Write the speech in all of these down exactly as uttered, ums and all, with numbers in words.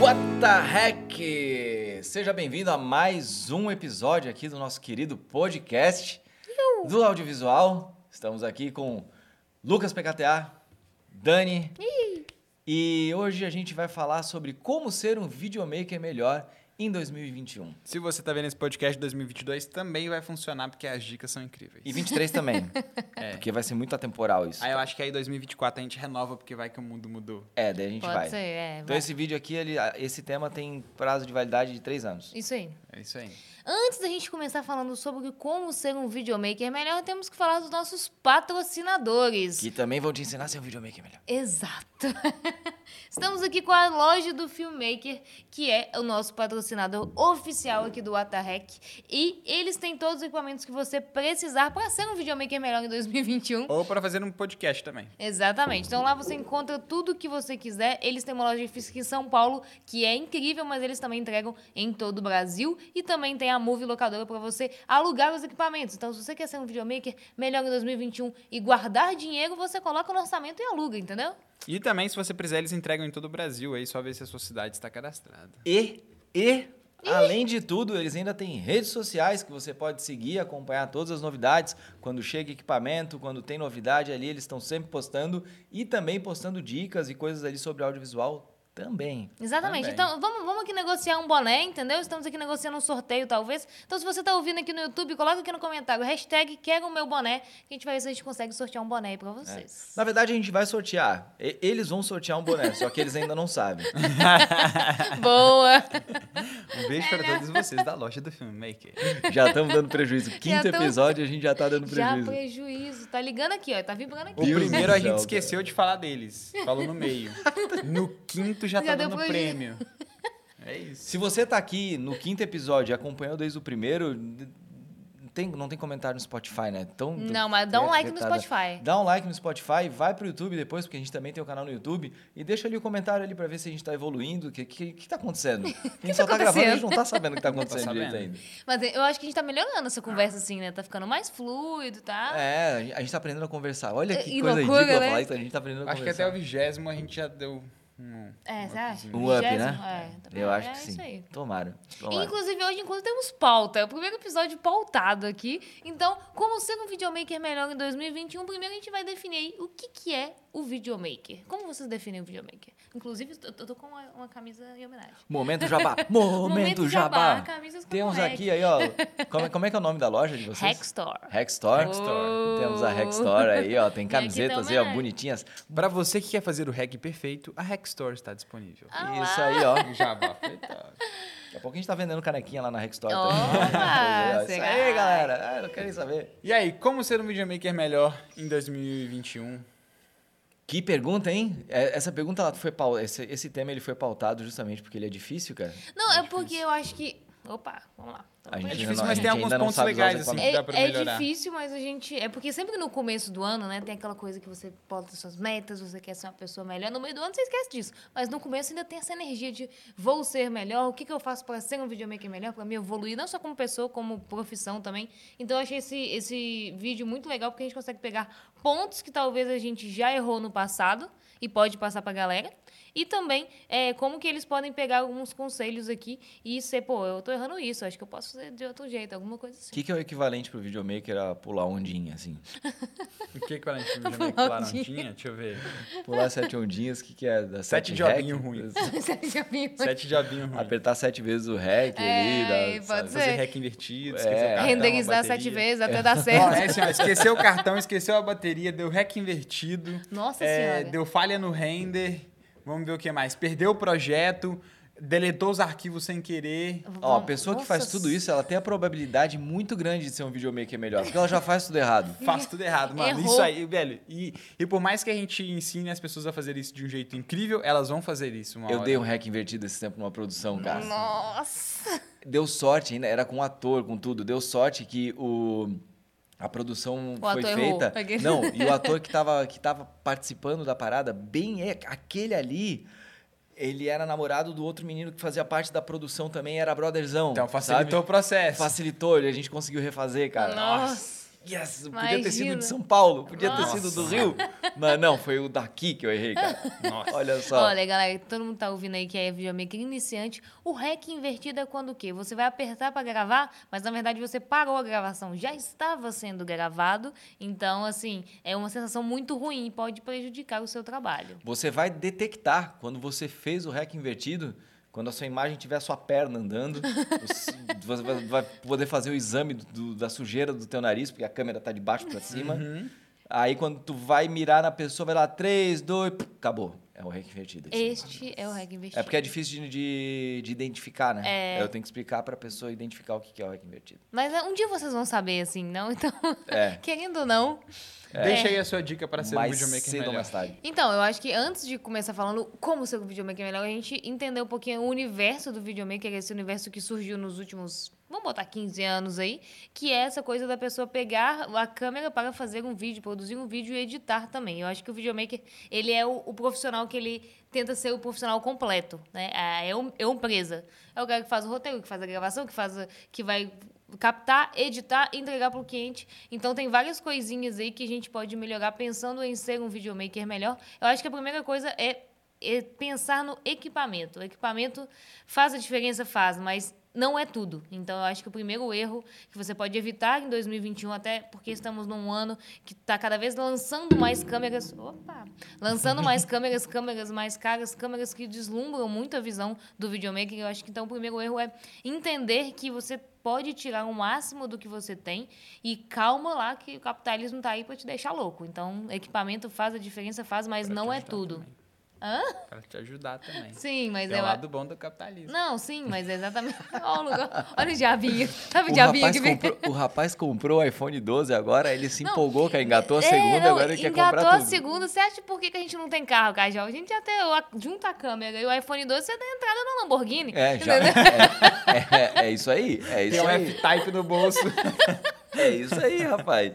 What the heck? Seja bem-vindo a mais um episódio aqui do nosso querido podcast do audiovisual. Estamos aqui com Lucas P K T A, Dani, e hoje a gente vai falar sobre como ser um videomaker melhor em dois mil e vinte e um. Se você tá vendo esse podcast de dois mil e vinte e dois, também vai funcionar, porque as dicas são incríveis. E vinte e três também, É. porque vai ser muito atemporal isso. Aí eu acho que aí dois mil e vinte e quatro a gente renova, porque vai que o mundo mudou. É, daí a gente Pode vai. ser, é. Então vai. esse vídeo aqui, ele, esse tema tem prazo de validade de três anos. Isso aí. É isso aí. Antes da gente começar falando sobre como ser um videomaker melhor, temos que falar dos nossos patrocinadores. Que também vão te ensinar a ser um videomaker melhor. Exato. Estamos aqui com a loja do Filmmaker, que é o nosso patrocinador oficial aqui do What the Heck. E eles têm todos os equipamentos que você precisar para ser um videomaker melhor em dois mil e vinte e um. Ou para fazer um podcast também. Exatamente. Então lá você encontra tudo o que você quiser. Eles têm uma loja física em São Paulo, que é incrível, mas eles também entregam em todo o Brasil. E também tem a Movie Locadora para você alugar os equipamentos. Então, se você quer ser um videomaker melhor em dois mil e vinte e um e guardar dinheiro, você coloca no orçamento e aluga, entendeu? E também, se você precisar, eles entregam em todo o Brasil. Aí só ver se a sua cidade está cadastrada. E, e, além de tudo, eles ainda têm redes sociais que você pode seguir, acompanhar todas as novidades. Quando chega equipamento, quando tem novidade ali, eles estão sempre postando. E também postando dicas e coisas ali sobre audiovisual também. Exatamente. Também. Então, vamos, vamos aqui negociar um boné, entendeu? Estamos aqui negociando um sorteio, talvez. Então, se você está ouvindo aqui no YouTube, coloca aqui no comentário, hashtag quero o meu boné, que a gente vai ver se a gente consegue sortear um boné aí pra vocês. Na verdade, a gente vai sortear. E- Eles vão sortear um boné, só que eles ainda não sabem. Boa! Um beijo para todos vocês da loja do Filmmaker. Já estamos dando prejuízo. Quinto tamo- episódio, a gente já tá dando Já prejuízo. prejuízo. Tá ligando aqui, ó. Tá vibrando aqui. O Deus primeiro do a gente céu, esqueceu de falar deles. Falou no meio. No quinto já, Já tá deu dando prejuízo. prêmio. É isso. Se você tá aqui no quinto episódio e acompanhou desde o primeiro, tem, não tem comentário no Spotify, né? Então, Não, mas dá um like no retada. Spotify. Dá um like no Spotify, vai pro YouTube depois, porque a gente também tem o canal no YouTube, e deixa ali o comentário ali pra ver se a gente tá evoluindo, o que, que, que tá acontecendo. A gente só tá gravando, a gente não tá sabendo o que tá acontecendo Tá direito sabendo. ainda. Mas eu acho que a gente tá melhorando essa conversa, assim, né? Tá ficando mais fluido, tá? É, a gente- a gente tá aprendendo a conversar. Olha que E coisa loucura, ridícula né? falar isso, a gente tá aprendendo a Acho que conversar. até o vigésimo a gente já deu um... É, você acha? Um up, Vigésimo? né? É, também Eu acho é que sim. Isso aí. Tomara. Tomara. Inclusive, hoje, inclusive, temos pauta. É o primeiro episódio pautado aqui. Então, como ser um videomaker melhor em dois mil e vinte e um, primeiro a gente vai definir aí o que, que é o videomaker. Como vocês definem o videomaker? Inclusive, eu tô, eu tô com uma, uma camisa em homenagem. Momento Jabá. Momento Jabá. Camisas com Temos hack. aqui aí, ó. Como, é- como é que é o nome da loja de vocês? Hack Store. Hack Store. Hack Store. Temos a Hack Store aí, ó. Tem E aqui tem camisetas aí, ó, homenagem. bonitinhas. Para você que quer fazer o hack perfeito, a Hack Store está disponível. Ah Isso lá. aí, ó. Jabá feitado. Daqui a pouco a gente tá vendendo canequinha lá na Hack Store Opa, também. Isso você aí, vai. galera. Ah, não querem saber. E aí, como ser um videomaker melhor em dois mil e vinte e um? Que pergunta, hein? É, Essa pergunta, ela foi pau... esse, esse tema ele foi pautado justamente porque ele é difícil, cara. Não, é porque eu acho que... Opa, vamos lá. A gente É ainda difícil, não- a mas gente tem alguns ainda não pontos sabe usar os legais, assim, equipamentos. que É, dá pra é melhorar. difícil, mas a gente... É porque sempre que no começo do ano, né, tem aquela coisa que você bota suas metas, você quer ser uma pessoa melhor. No meio do ano você esquece disso. Mas no começo ainda tem essa energia de vou ser melhor, o que, que eu faço para ser um videomaker melhor, para me evoluir, não só como pessoa, como profissão também. Então eu achei esse, esse vídeo muito legal, porque a gente consegue pegar pontos que talvez a gente já errou no passado e pode passar pra galera. E também é, como que eles podem pegar alguns conselhos aqui e ser, pô, eu tô errando isso, acho que eu posso fazer de outro jeito, alguma coisa assim. O que, que é o equivalente pro videomaker a pular ondinha, assim? O que que a gente videomaker laranja? Deixa eu ver. Pular sete ondinhas, o que, que é? Da Sete sete jobinho hack? ruim. Sete diabinho ruim. Apertar sete vezes o hack É, ali. Dá, pode sabe? ser. Fazer hack invertido, É. esquecer o cartão, a Renderizar bateria. sete vezes até dar Ó, certo. é assim, ó, esqueceu o cartão, esqueceu a bateria, deu hack invertido. Nossa é, Senhora. deu falha no render. Vamos ver o que mais. Perdeu o projeto, deletou os arquivos sem querer. Ó, a pessoa que faz Nossa, tudo isso, ela tem a probabilidade muito grande de ser um videomaker melhor, porque ela já faz tudo errado. Faz tudo errado, mano. Errou. Isso aí, velho. E, e por mais que a gente ensine as pessoas a fazer isso de um jeito incrível, elas vão fazer isso uma Eu hora. dei um hack invertido esse tempo numa produção, cara. Nossa. Deu sorte ainda, era com um ator, com tudo. Deu sorte que o... A produção O foi ator feita... errou. Não, e o ator que tava, que tava participando da parada, bem é, aquele ali... Ele era namorado do outro menino que fazia parte da produção também, era brotherzão. Então facilitou sabe? o processo. Facilitou, e a gente conseguiu refazer, cara. Nossa. yes, podia Imagina. ter sido de São Paulo, podia Nossa. ter sido do Rio. Mas não, foi o daqui que eu errei, cara. Nossa. Olha só. Olha, galera, todo mundo tá ouvindo aí que é videomaker iniciante. O REC invertido é quando o quê? Você vai apertar para gravar, mas na verdade você parou a gravação. Já estava sendo gravado, então, assim, é uma sensação muito ruim e pode prejudicar o seu trabalho. Você vai detectar quando você fez o REC invertido, quando a sua imagem tiver a sua perna andando, os- você vai- vai poder fazer o exame do- do- da sujeira do teu nariz, porque a câmera tá de baixo para cima. Aí quando tu vai mirar na pessoa, vai lá, três, dois, pum, acabou. É o REC invertido. aqui. Este é o REC invertido. É porque é difícil de, de, de identificar, né? É. Eu tenho que explicar para a pessoa identificar o que que é o REC invertido. Mas é, um dia vocês vão saber, assim, não? Então, É. querendo ou não... Deixa aí a sua dica para ser um Mais videomaker cedo ou melhor. mais tarde. Então, eu acho que antes de começar falando como ser um videomaker melhor, a gente entender um pouquinho o universo do videomaker, esse universo que surgiu nos últimos, vamos botar quinze anos aí, que é essa coisa da pessoa pegar a câmera para fazer um vídeo, produzir um vídeo e editar também. Eu acho que o videomaker, ele é o, o profissional que ele tenta ser o profissional completo, né? É, é, um, é uma empresa. É o cara que faz o roteiro, que faz a gravação, que, faz a, que vai... captar, editar e entregar para o cliente. Então, tem várias coisinhas aí que a gente pode melhorar pensando em ser um videomaker melhor. Eu acho que a primeira coisa é, é pensar no equipamento. O equipamento faz a diferença, faz, mas não é tudo. Então, eu acho que o primeiro erro que você pode evitar em dois mil e vinte e um, até porque estamos num ano que está cada vez lançando mais câmeras... Opa! Lançando mais câmeras, câmeras mais caras, câmeras que deslumbram muito a visão do videomaker. Eu acho que, então, o primeiro erro é entender que você pode tirar o máximo do que você tem e calma lá que o capitalismo está aí para te deixar louco. Então, equipamento faz a diferença, faz, mas Pra te não é ajudar tudo. também. Hã? Para te ajudar também. Sim, mas Tem eu... o lado bom do capitalismo. Não, sim, mas é exatamente... Olha o, lugar. Olha o diabinho. Sabe o O diabinho rapaz, que vem... comprou, o rapaz comprou o iPhone doze agora, ele se Não, empolgou, que engatou a É, segunda, não, agora ele quer engatou comprar a tudo. segunda. Você acha por que que a gente não tem carro, Cajal? A gente já tem, junta a câmera e o iPhone doze, você dá entrada na Lamborghini. É, já, entendeu? é, é, é isso aí, é isso Tem um aí. F-Type no bolso. É isso aí, rapaz.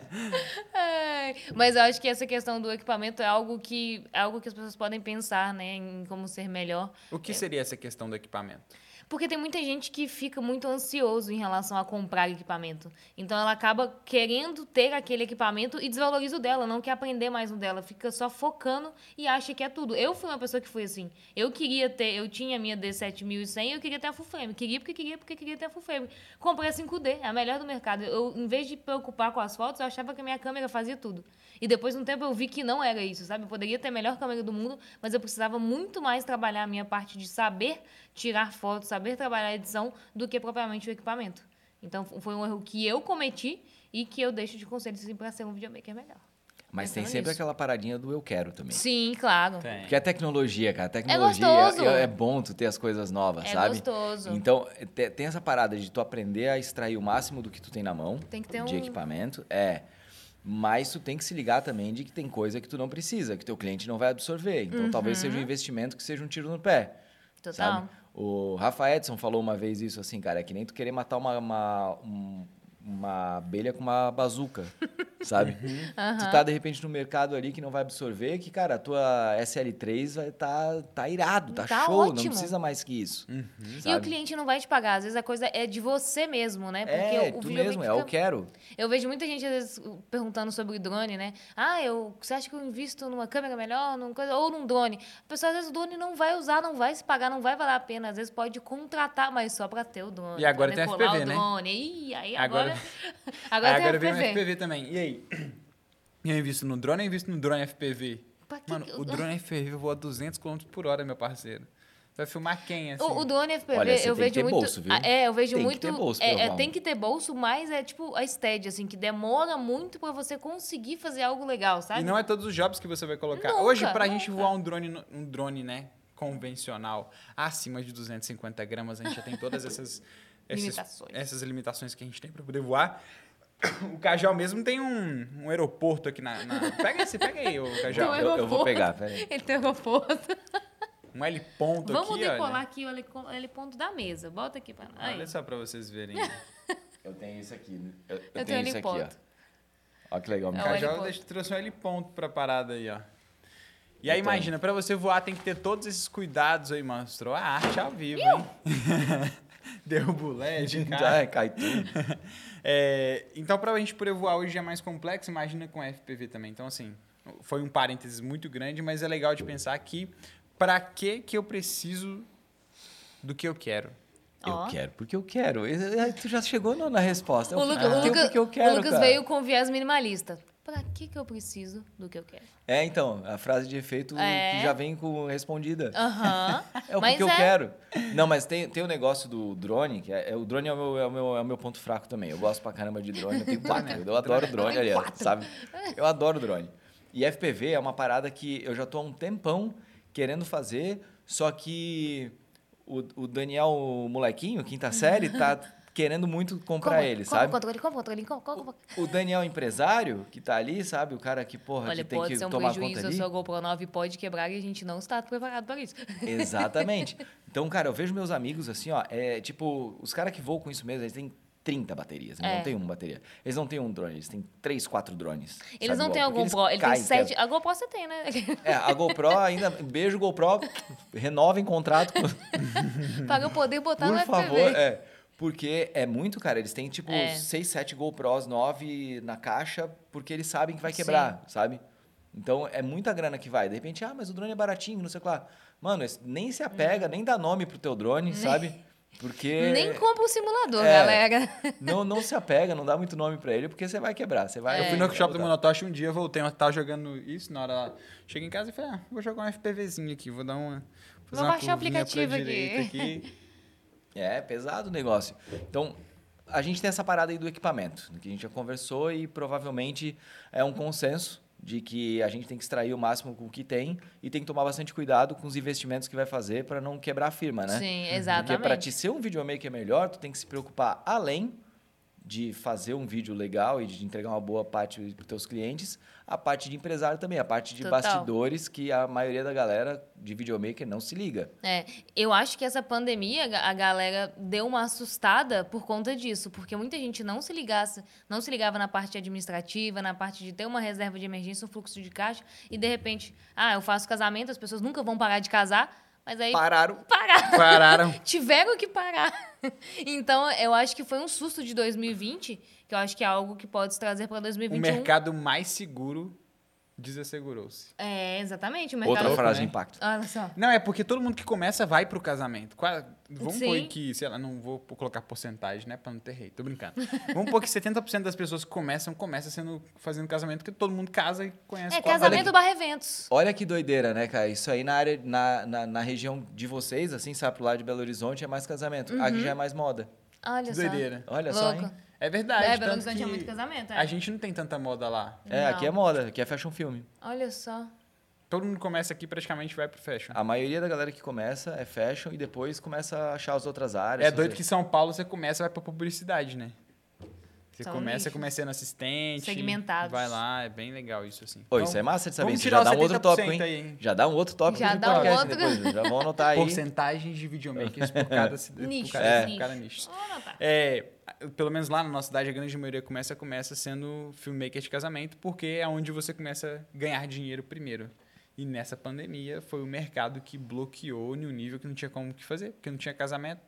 Ai, mas eu acho que essa questão do equipamento é algo que, é algo que as pessoas podem pensar, né, em como ser melhor. O que seria essa questão do equipamento? Porque tem muita gente que fica muito ansioso em relação a comprar equipamento. Então, ela acaba querendo ter aquele equipamento e desvaloriza o dela, não quer aprender mais no dela. Fica só focando e acha que é tudo. Eu fui uma pessoa que fui assim. Eu queria ter... Eu tinha a minha D sete mil e cem e eu queria ter a full frame. Queria porque queria, porque queria ter a full frame. Comprei a cinco D, a melhor do mercado. Eu, em vez de preocupar com as fotos, eu achava que a minha câmera fazia tudo. E depois de um tempo eu vi que não era isso, sabe? Eu poderia ter a melhor câmera do mundo, mas eu precisava muito mais trabalhar a minha parte de saber tirar fotos, saber trabalhar a edição, do que propriamente o equipamento. Então, foi um erro que eu cometi e que eu deixo de conselho assim, para ser um videomaker melhor. Mas tem Pensando sempre nisso. aquela paradinha do eu quero também. Sim, claro. Tem. Porque é tecnologia, cara. Tecnologia gostoso. é, é bom tu ter as coisas novas, É sabe? gostoso. Então, te- tem essa parada de tu aprender a extrair o máximo do que tu tem na mão, Tem que ter de um- equipamento. É. Mas tu tem que se ligar também de que tem coisa que tu não precisa, que teu cliente não vai absorver. Então, talvez seja um investimento que seja um tiro no pé. Total. Sabe? O Rafa Edson falou uma vez isso assim, cara, é que nem tu querer matar uma, uma, um- uma abelha com uma bazuca, sabe? Tu tá, de repente, no mercado ali que não vai absorver, que, cara, a tua S L três vai tá, tá irado, tá, Tá show, não ótimo. precisa mais que isso. E o sabe? cliente não vai te pagar. Às vezes a coisa é de você mesmo, né? Porque É, o tu videomaker mesmo, é fica- eu quero. Eu vejo muita gente, às vezes, perguntando sobre o drone, né? Ah, eu, você acha que eu invisto numa câmera melhor, numa coisa, ou num drone? A pessoa, às vezes, o drone não vai usar, não vai se pagar, não vai valer a pena. Às vezes, pode contratar, mas só para ter o drone. E agora pra tem decolar F P V, o né? drone. Ih, aí Agora- agora... Aí Agora, agora tem vem o F P V. F P V também. E aí? Eu invisto no drone ou invisto no drone F P V? Pra que Mano, que- o drone F P V voa duzentos quilômetros por hora, meu parceiro. Vai filmar quem, assim? O, o drone F P V, Olha, você eu tem que vejo ter muito. bolso, viu? Ah, É, eu vejo Tem que muito. ter bolso pra é, é, levar um. tem que ter bolso, mas é tipo a stead, assim, que demora muito pra você conseguir fazer algo legal, sabe? E não é todos os jobs que você vai colocar. Nunca, Hoje, pra nunca. gente voar um drone, no- um drone, né, convencional, acima de duzentos e cinquenta gramas, a gente já tem todas essas... esses- Limitações. essas limitações que a gente tem pra poder voar. O Cajal mesmo tem um, um aeroporto aqui na, na- Pega esse, pega aí, o Cajal. Tem um Eu, eu vou aeroporto. pegar, peraí. Ele tem um aeroporto. Um L-ponto Vamos aqui, decolar olha. aqui o heli- o heliponto da mesa. Bota aqui pra nós. Aí. Olha só pra vocês verem. Eu tenho isso aqui. né? Eu, eu Eu tenho tenho isso aqui, ó. heliponto. Olha que legal. É O o cara. Cajal heliponto. deixa- trouxe um L-ponto pra parada aí, ó. E aí, Então. imagina, pra você voar tem que ter todos esses cuidados aí, monstro. A arte ao vivo, hein? Derruba o L E D, Já cara. é, cai tudo. É, então, para a gente poder voar hoje é mais complexo, imagina com F P V também. Então, assim, foi um parênteses muito grande, mas é legal de pensar que para que que eu preciso do que eu quero? Eu Ó. quero porque eu quero. Aí tu já chegou no- na resposta. O, Eu Luca, quero o, Luca- porque eu quero, o Lucas cara. veio com viés minimalista. Pra que que eu preciso do que eu quero? É, então, a frase de efeito É. que já vem com respondida. Aham. É o Mas porque eu é. quero. Não, mas tem, tem o negócio do drone, que é, é- o drone é o, meu, é, o meu, é o meu ponto fraco também. Eu gosto pra caramba de drone, eu tenho quatro. Eu adoro drone, aliás, sabe? Eu adoro drone. E F P V é uma parada que eu já tô há um tempão querendo fazer, só que o, o Daniel, o molequinho, quinta série, tá querendo muito comprar Compra, ele, compra sabe? o controle, compra o controle, compra, compra, compra. O Daniel empresário, que tá ali, sabe? O cara que, porra, Olha, que tem pode que ser um tomar conta prejuízo, a ali. sua GoPro nove pode quebrar e a gente não está preparado para isso. Exatamente. Então, cara, eu vejo meus amigos assim, ó, é tipo, os caras que voam com isso mesmo, eles têm trinta baterias, eles É. não têm uma bateria. Eles não têm um drone, eles têm três, quatro drones. Eles sabe, não igual, têm a porque eles GoPro, ele tem caem, sete. quebram. A GoPro você tem, né? É, a GoPro ainda, beijo GoPro, renovem contrato, com- Para eu poder botar por no favor. F P V. É, porque é muito, cara, eles têm tipo É. seis, sete GoPros nove na caixa, porque eles sabem que vai quebrar, sabe? Então, é muita grana que vai. De repente, ah, mas o drone é baratinho, não sei o que lá. Mano, esse- nem se apega, nem dá nome pro teu drone, sabe? Porque... Nem compra o simulador, É. galera. Não, não se apega, não dá muito nome pra ele, porque você vai quebrar. Você vai, Eu fui no vai workshop do botar. Monotosh um dia, voltei, eu tava jogando isso, na hora lá, cheguei em casa e falei, ah, vou jogar um FPVzinho aqui, vou dar uma... fazer Vou uma baixar o curvinha pra aplicativo aqui. direita aqui. É, pesado o negócio. Então, a gente tem essa parada aí do equipamento, que a gente já conversou e provavelmente é um consenso de que a gente tem que extrair o máximo com o que tem e tem que tomar bastante cuidado com os investimentos que vai fazer para não quebrar a firma, né? Sim, Porque exatamente. para te ser um videomaker melhor, tu tem que se preocupar além de fazer um vídeo legal e de entregar uma boa parte para os teus clientes, a parte de empresário também, a parte de Total. bastidores que a maioria da galera de videomaker não se liga. É, eu acho que essa pandemia, a galera deu uma assustada por conta disso, porque muita gente não se ligasse, não se ligava na parte administrativa, na parte de ter uma reserva de emergência, um fluxo de caixa, e de repente, ah, eu faço casamento, as pessoas nunca vão parar de casar, mas aí Pararam. pararam. Pararam. Tiveram que parar. Então, eu acho que foi um susto de dois mil e vinte, que eu acho que é algo que pode se trazer para dois mil e O vinte e um. mercado mais seguro desassegurou-se. É, exatamente. O mercado... Outra frase né? de impacto. Olha só. Não, é porque todo mundo que começa vai pro casamento. Qua- Vamos Sim. pôr que, sei lá, não vou colocar porcentagem, né, pra não ter rei, tô brincando. Vamos pôr que setenta por cento das pessoas que começam, começam sendo, fazendo casamento, porque todo mundo casa e conhece. É, qual- casamento barra eventos. Olha que doideira, né, cara? Isso aí na área, na, na, na região de vocês, assim, sabe, pro lado de Belo Horizonte é mais casamento. Uhum. Aqui já é mais moda. Olha Que só. doideira. Olha só, Louco. hein? É verdade. É, Belo tanto Horizonte é que muito casamento, é. A gente não tem tanta moda lá. É, Não. aqui é moda, aqui é fashion film. Olha só. Todo mundo começa aqui praticamente vai pro fashion. A maioria da galera que começa é fashion e depois começa a achar as outras áreas. É doido fazer- que em São Paulo você começa e vai pra publicidade, né? Você São começa nichos. começando assistente. Segmentados. Vai lá, é bem legal isso, assim. Ô, Então, isso é massa de saber. vamos Isso tirar já dá os um outro tópico, setenta por hein? cento aí, hein? Já dá um outro tópico Já pro dá um podcast outro. depois. Já vão anotar aí. Porcentagens de videomakers por cada, ci- por Nicho, cada, é. por cada nicho. Vou anotar. É, pelo menos lá na nossa cidade, a grande maioria começa, começa sendo filmmaker de casamento, porque é onde você começa a ganhar dinheiro primeiro. E nessa pandemia foi o mercado que bloqueou em um nível que não tinha como o que fazer, porque não tinha casamento.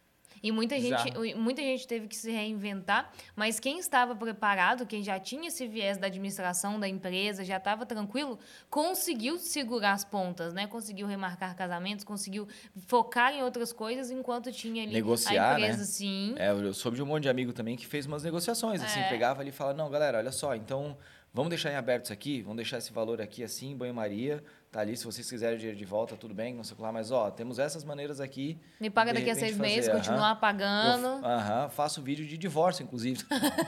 E muita gente, Bizarro. muita gente teve que se reinventar, mas quem estava preparado, quem já tinha esse viés da administração da empresa, já estava tranquilo, conseguiu segurar as pontas, né? Conseguiu remarcar casamentos, conseguiu focar em outras coisas enquanto tinha ali Negociar, a empresa, né? sim. É, eu soube de um monte de amigo também que fez umas negociações, assim, É. pegava ali e falava, não, galera, olha só, então vamos deixar em aberto isso aqui, vamos deixar esse valor aqui assim, banho-maria, tá ali, se vocês quiserem o dinheiro de volta, tudo bem, não sei o que lá, mas ó, temos essas maneiras aqui. Me paga de daqui a repente seis fazer, meses, aham. continuar Eu, pagando. aham, faço vídeo de divórcio, inclusive.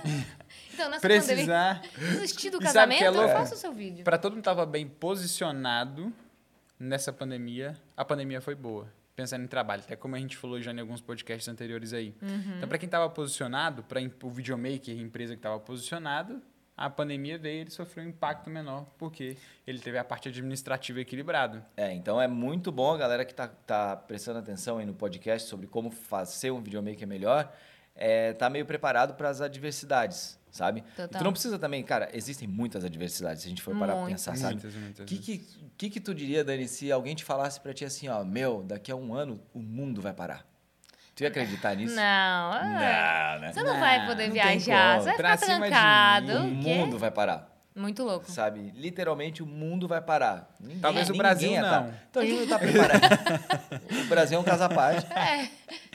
Então, nessa Precisar. pandemia, desistir do E sabe que casamento, é eu louco? faço o seu vídeo. Para todo mundo que estava bem posicionado nessa pandemia, a pandemia foi boa. Pensando em trabalho, até como a gente falou já em alguns podcasts anteriores aí. Uhum. Então, para quem estava posicionado, para o videomaker, a empresa que estava posicionado, a pandemia veio e ele sofreu um impacto menor, porque ele teve a parte administrativa equilibrada. É, então é muito bom a galera que tá, tá prestando atenção aí no podcast sobre como fazer um videomaker melhor, é, tá meio preparado para as adversidades, sabe? E Total. tu não precisa também, cara, existem muitas adversidades, se a gente for parar pra Muitas. pensar, sabe? Muitas, muitas. O que que, que que tu diria, Dani, se alguém te falasse pra ti assim, ó, meu, daqui a um ano o mundo vai parar? Tu ia acreditar nisso? Não, é. Não, né? Você não, Não, vai poder não tem viajar, como. você vai Pra ficar cima de trancado. mim. O o quê? mundo vai parar. Muito louco. Sabe? Literalmente o mundo vai parar. Ninguém, Talvez o ninguém Brasil ia não. Tá. Então a gente não tá preparado. O Brasil é um caso à parte. É,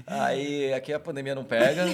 Aí aqui a pandemia não pega.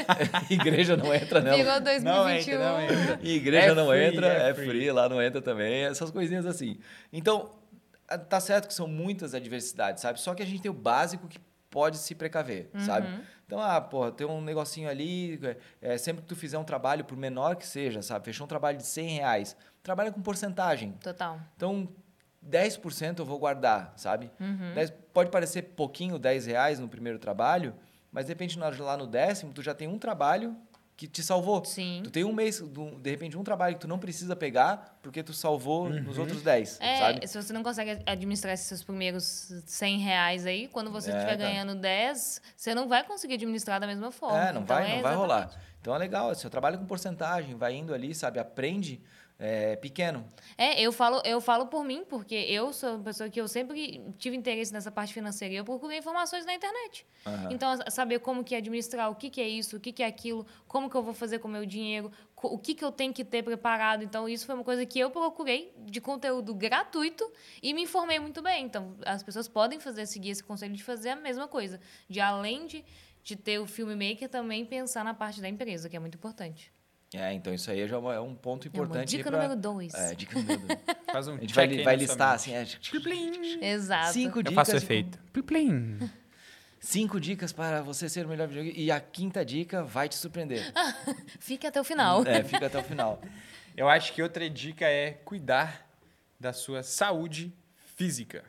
Igreja não entra nela. virou dois mil Não e vinte e um. entra, não entra. Igreja É não free, entra, é é free. free. lá não entra também, essas coisinhas assim. Então, a- tá certo que são muitas adversidades, sabe? Só que a gente tem o básico que pode se precaver, sabe? Então, ah, porra, tem um negocinho ali, é, sempre que tu fizer um trabalho, por menor que seja, sabe? Fechou um trabalho de cem reais, trabalha com porcentagem. Total. Então, dez por cento eu vou guardar, sabe? Uhum. dez pode parecer pouquinho, dez reais no primeiro trabalho, mas de repente na- lá no décimo, tu já tem um trabalho que te salvou. Sim. Tu tem um mês, do- de repente, um trabalho que tu não precisa pegar porque tu salvou nos outros dez, É, sabe? se você não consegue administrar esses seus primeiros cem reais aí, quando você É, estiver cara. ganhando dez, você não vai conseguir administrar da mesma forma. É, não Então, vai, é não vai rolar. exatamente. Então é legal, assim, eu trabalho com porcentagem, vai indo ali, sabe? Aprende é, pequeno. É, eu falo, eu falo por mim, porque eu sou uma pessoa que eu sempre tive interesse nessa parte financeira e eu procurei informações na internet. Aham. Então, a- saber como que é administrar, o que, que é isso, o que, que é aquilo, como que eu vou fazer com o meu dinheiro, co- o que, que eu tenho que ter preparado. Então, isso foi uma coisa que eu procurei de conteúdo gratuito e me informei muito bem. Então, as pessoas podem fazer, seguir esse conselho de fazer a mesma coisa. De, além de, de ter o filmmaker, também pensar na parte da empresa, que é muito importante. É, então isso aí já é uma- é um ponto É importante. uma aí dica pra- número dois. É, dica número dois. Faz um A gente vai, check aí vai na sua listar mente. assim, é, Exato. cinco Eu dicas. faço de efeito. Plim. como- Cinco dicas para você ser o melhor videogame. E a quinta dica vai te surpreender. Fique até o final. É, fica até o final. Eu acho que outra dica é cuidar da sua saúde física.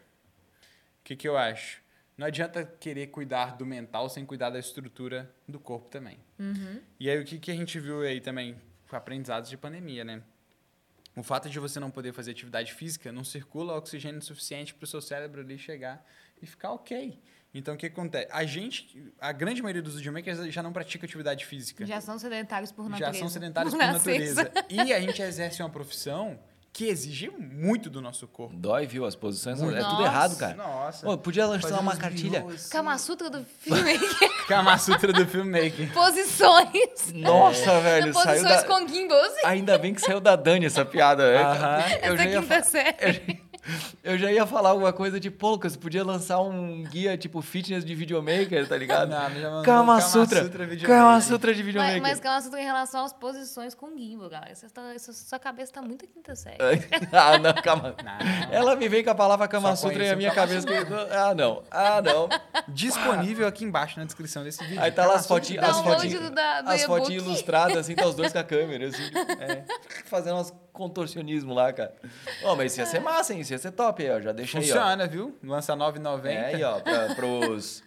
O que, que eu acho? Não adianta querer cuidar do mental sem cuidar da estrutura do corpo também. E aí, o que, que a gente viu aí também? Aprendizados de pandemia, né? O fato de você não poder fazer atividade física, não circula oxigênio suficiente para o seu cérebro ali chegar e ficar ok. Então, o que acontece? A gente, a grande maioria dos videomakers já não pratica atividade física. Já são sedentários por Já natureza. são sedentários por nascença. natureza. E a gente exerce uma profissão que exige muito do nosso corpo. Dói, viu? As posições. Muito. É tudo Nossa. errado, cara. Nossa. Pô, podia lançar Fazer uma uns cartilha. grilos, assim. Kama Sutra do filmmaker. Kama Sutra do filmmaker. Posições. Nossa, velho. Saiu Posições da... com gimbals. Ainda bem que saiu da Dani essa piada. É, Aham. Eu, Essa já ia quinta fa- série. eu já ia falar alguma coisa de, pô, Lucas, podia lançar um guia tipo fitness de videomaker, tá ligado? Não, já mandou Kama Kama Sutra. Sutra videomaker. Kama Sutra de Mas, videomaker. mas Kama Sutra em relação às posições com gimbal, galera. Você tá, essa- sua cabeça tá muito quinta série. ah, não, calma. Não. Ela me vem com a palavra Kama Só Sutra e a conheci o minha Kama cabeça. que- Ah, não. Ah, não. Disponível aqui embaixo na descrição desse vídeo. Aí tá lá as fotinhas, as Download fotinhas, do da- do as e-book. fotinhas ilustradas, assim, tá os dois com a câmera, assim, é, fazendo umas contorcionismo lá, cara. Ó, mas isso ia ser massa, hein? Isso ia ser top aí, ó. Já deixa aí, ó. Funciona, viu? Lança nove e noventa. É aí, ó, pra, pros,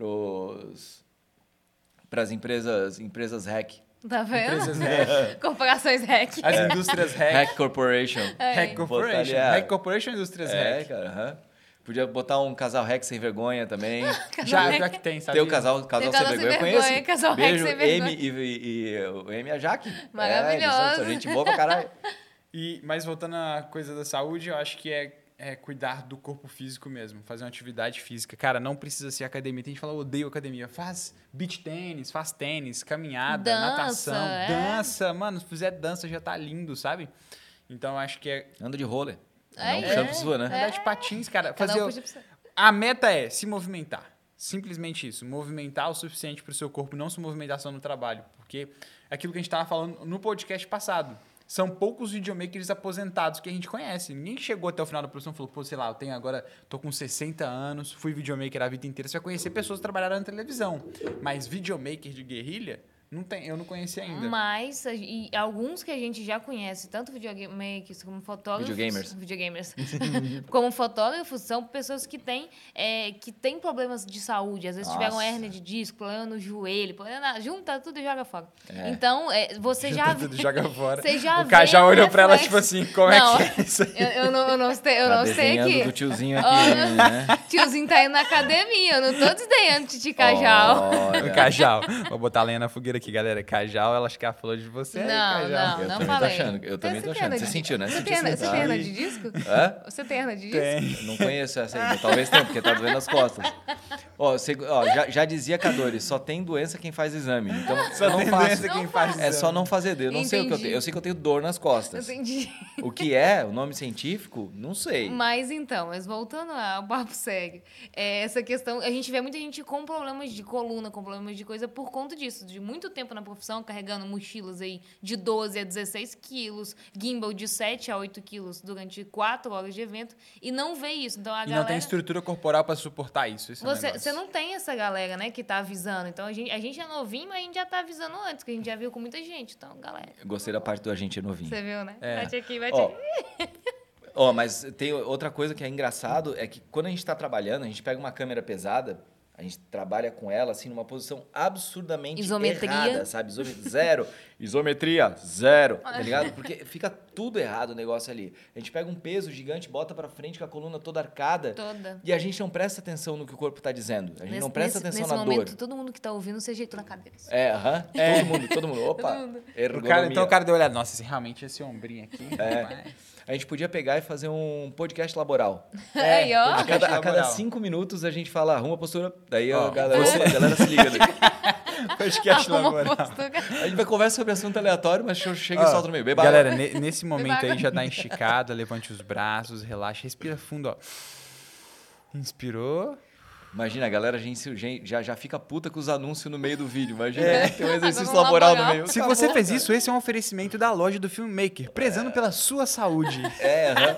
pros, pras empresas, empresas hack. Tá vendo? Empresas hack. Corporações hack. As indústrias hack. Hack Corporation. Hack Botar Corporation. ali a- Hack Corporation e indústrias É, hack. cara, aham. Podia botar um casal hack sem vergonha também. Já, já que tem, sabe? Tem o casal, casal Tem sem casal vergonha, eu sem conheço. vergonha, casal hack Beijo, sem vergonha. M e, e, e o M e a Jaque. Maravilhoso. É, eles são gente boa pra caralho. E, mas voltando à coisa da saúde, eu acho que é, é cuidar do corpo físico mesmo, fazer uma atividade física. Cara, não precisa ser academia. Tem gente que fala, eu odeio academia. Faz beach tênis, faz tênis, caminhada, Dança, natação, é. dança. Mano, se fizer dança já tá lindo, sabe? Então eu acho que é Anda de roller. É, Não, é. puxando pra sua, né? andar de patins, cara. Cada Fazer um o- puxa pra você. A meta é se movimentar. Simplesmente isso. Movimentar o suficiente para o seu corpo, não se movimentar só no trabalho. Porque é aquilo que a gente estava falando no podcast passado. São poucos videomakers aposentados que a gente conhece. Ninguém chegou até o final da produção e falou, pô, sei lá, eu tenho agora, tô com sessenta anos, fui videomaker a vida inteira. Você vai conhecer pessoas que trabalharam na televisão. Mas videomaker de guerrilha, não tem, eu não conheci ainda. Mas, a- e alguns que a gente já conhece, tanto videomakers como fotógrafos... Videogamers. Videogamers. como fotógrafos, são pessoas que têm, é, que têm problemas de saúde. Às vezes Nossa. tiveram hérnia de disco, problema no joelho, problema na, junta tudo e joga fora. É. Então, é, você já... Tudo joga fora. Você já o cara vê já um olhou pra ela, reflexo. tipo assim, como Não, é que é isso aí? Eu, eu não, eu não sei, eu Tá não sei desenhando aqui. do tiozinho aqui, Olha. né? Tiozinho tá indo na academia, eu não tô desdenhando de Titi Cajal. Olha. O Cajal. Vou botar a lenha na fogueira aqui, galera. Cajal, ela acho que ela falou de você aí, Não, Cajal. não, Eu não também tô falei. achando, eu também Você tô tem achando. hernia Você de- sentiu, né? Você Sentiu tem hernia- sim. você tem hernia Ai. de disco? Hã? Você tem hernia de disco? Tem. Eu não conheço essa aí, mas talvez tenha, porque tá doendo as costas. Ó, você, ó, já, já dizia Cadores, só tem doença quem faz exame. Então, Só eu não tem faço. doença quem Não faz faz. É exame. só não fazer dedo. Eu não sei o que eu Entendi. tenho. Eu sei que eu tenho dor nas costas. Entendi. O que é, o nome científico, não sei. Mas então, mas voltando ao papo sério, é, essa questão, a gente vê muita gente com problemas de coluna, com problemas de coisa por conta disso, de muito tempo na profissão, carregando mochilas aí de doze a dezesseis quilos, gimbal de sete a oito quilos durante quatro horas de evento, e não vê isso. Então a E galera... não tem estrutura corporal pra suportar isso. Esse é o Você, negócio. você não tem essa galera, né, que tá avisando. Então, a gente, a gente é novinho, mas a gente já tá avisando antes, que a gente já viu com muita gente. Então, galera, Eu gostei da parte do agente novinho. você viu, né? É. Bate aqui, bate Ó, aqui. ó, mas tem outra coisa que é engraçado, é que quando a gente tá trabalhando, a gente pega uma câmera pesada, a gente trabalha com ela, assim, numa posição absurdamente Isometria. errada, sabe? Isome- Zero. Isometria, zero, tá ligado? Porque fica tudo errado o negócio ali. A gente pega um peso gigante, bota pra frente com a coluna toda arcada, Toda. e a gente não presta atenção no que o corpo tá dizendo. A gente Nesse- não presta nesse, atenção nesse na momento, dor. todo mundo que tá ouvindo se ajeitou na cadeira. É, aham. Todo mundo, todo mundo. Opa, Todo mundo. O ergonomia. cara, então o cara deu uma olhada. Nossa, esse, realmente esse ombrinho aqui. É. rapaz. A gente podia pegar e fazer um podcast laboral. Aí, ó. A cada, a cada laboral. cinco minutos a gente fala, arruma a postura. Daí Ó, a, galera, você- a galera se liga. Né? Podcast Arruma laboral. postura. A gente vai conversar sobre assunto aleatório, mas chega e Ó, solta no meio. Beba galera, água. ne- nesse momento aí já dá esticada, levante os braços, relaxa, respira fundo, ó. Inspirou. Imagina, a galera a gente, gente já, já fica puta com os anúncios no meio do vídeo. Imagina, É. tem um exercício Agora, laboral no laboral. meio. Se Acabou, você fez cara. isso, esse é um oferecimento da loja do Filmmaker, prezando pela sua saúde. É, aham.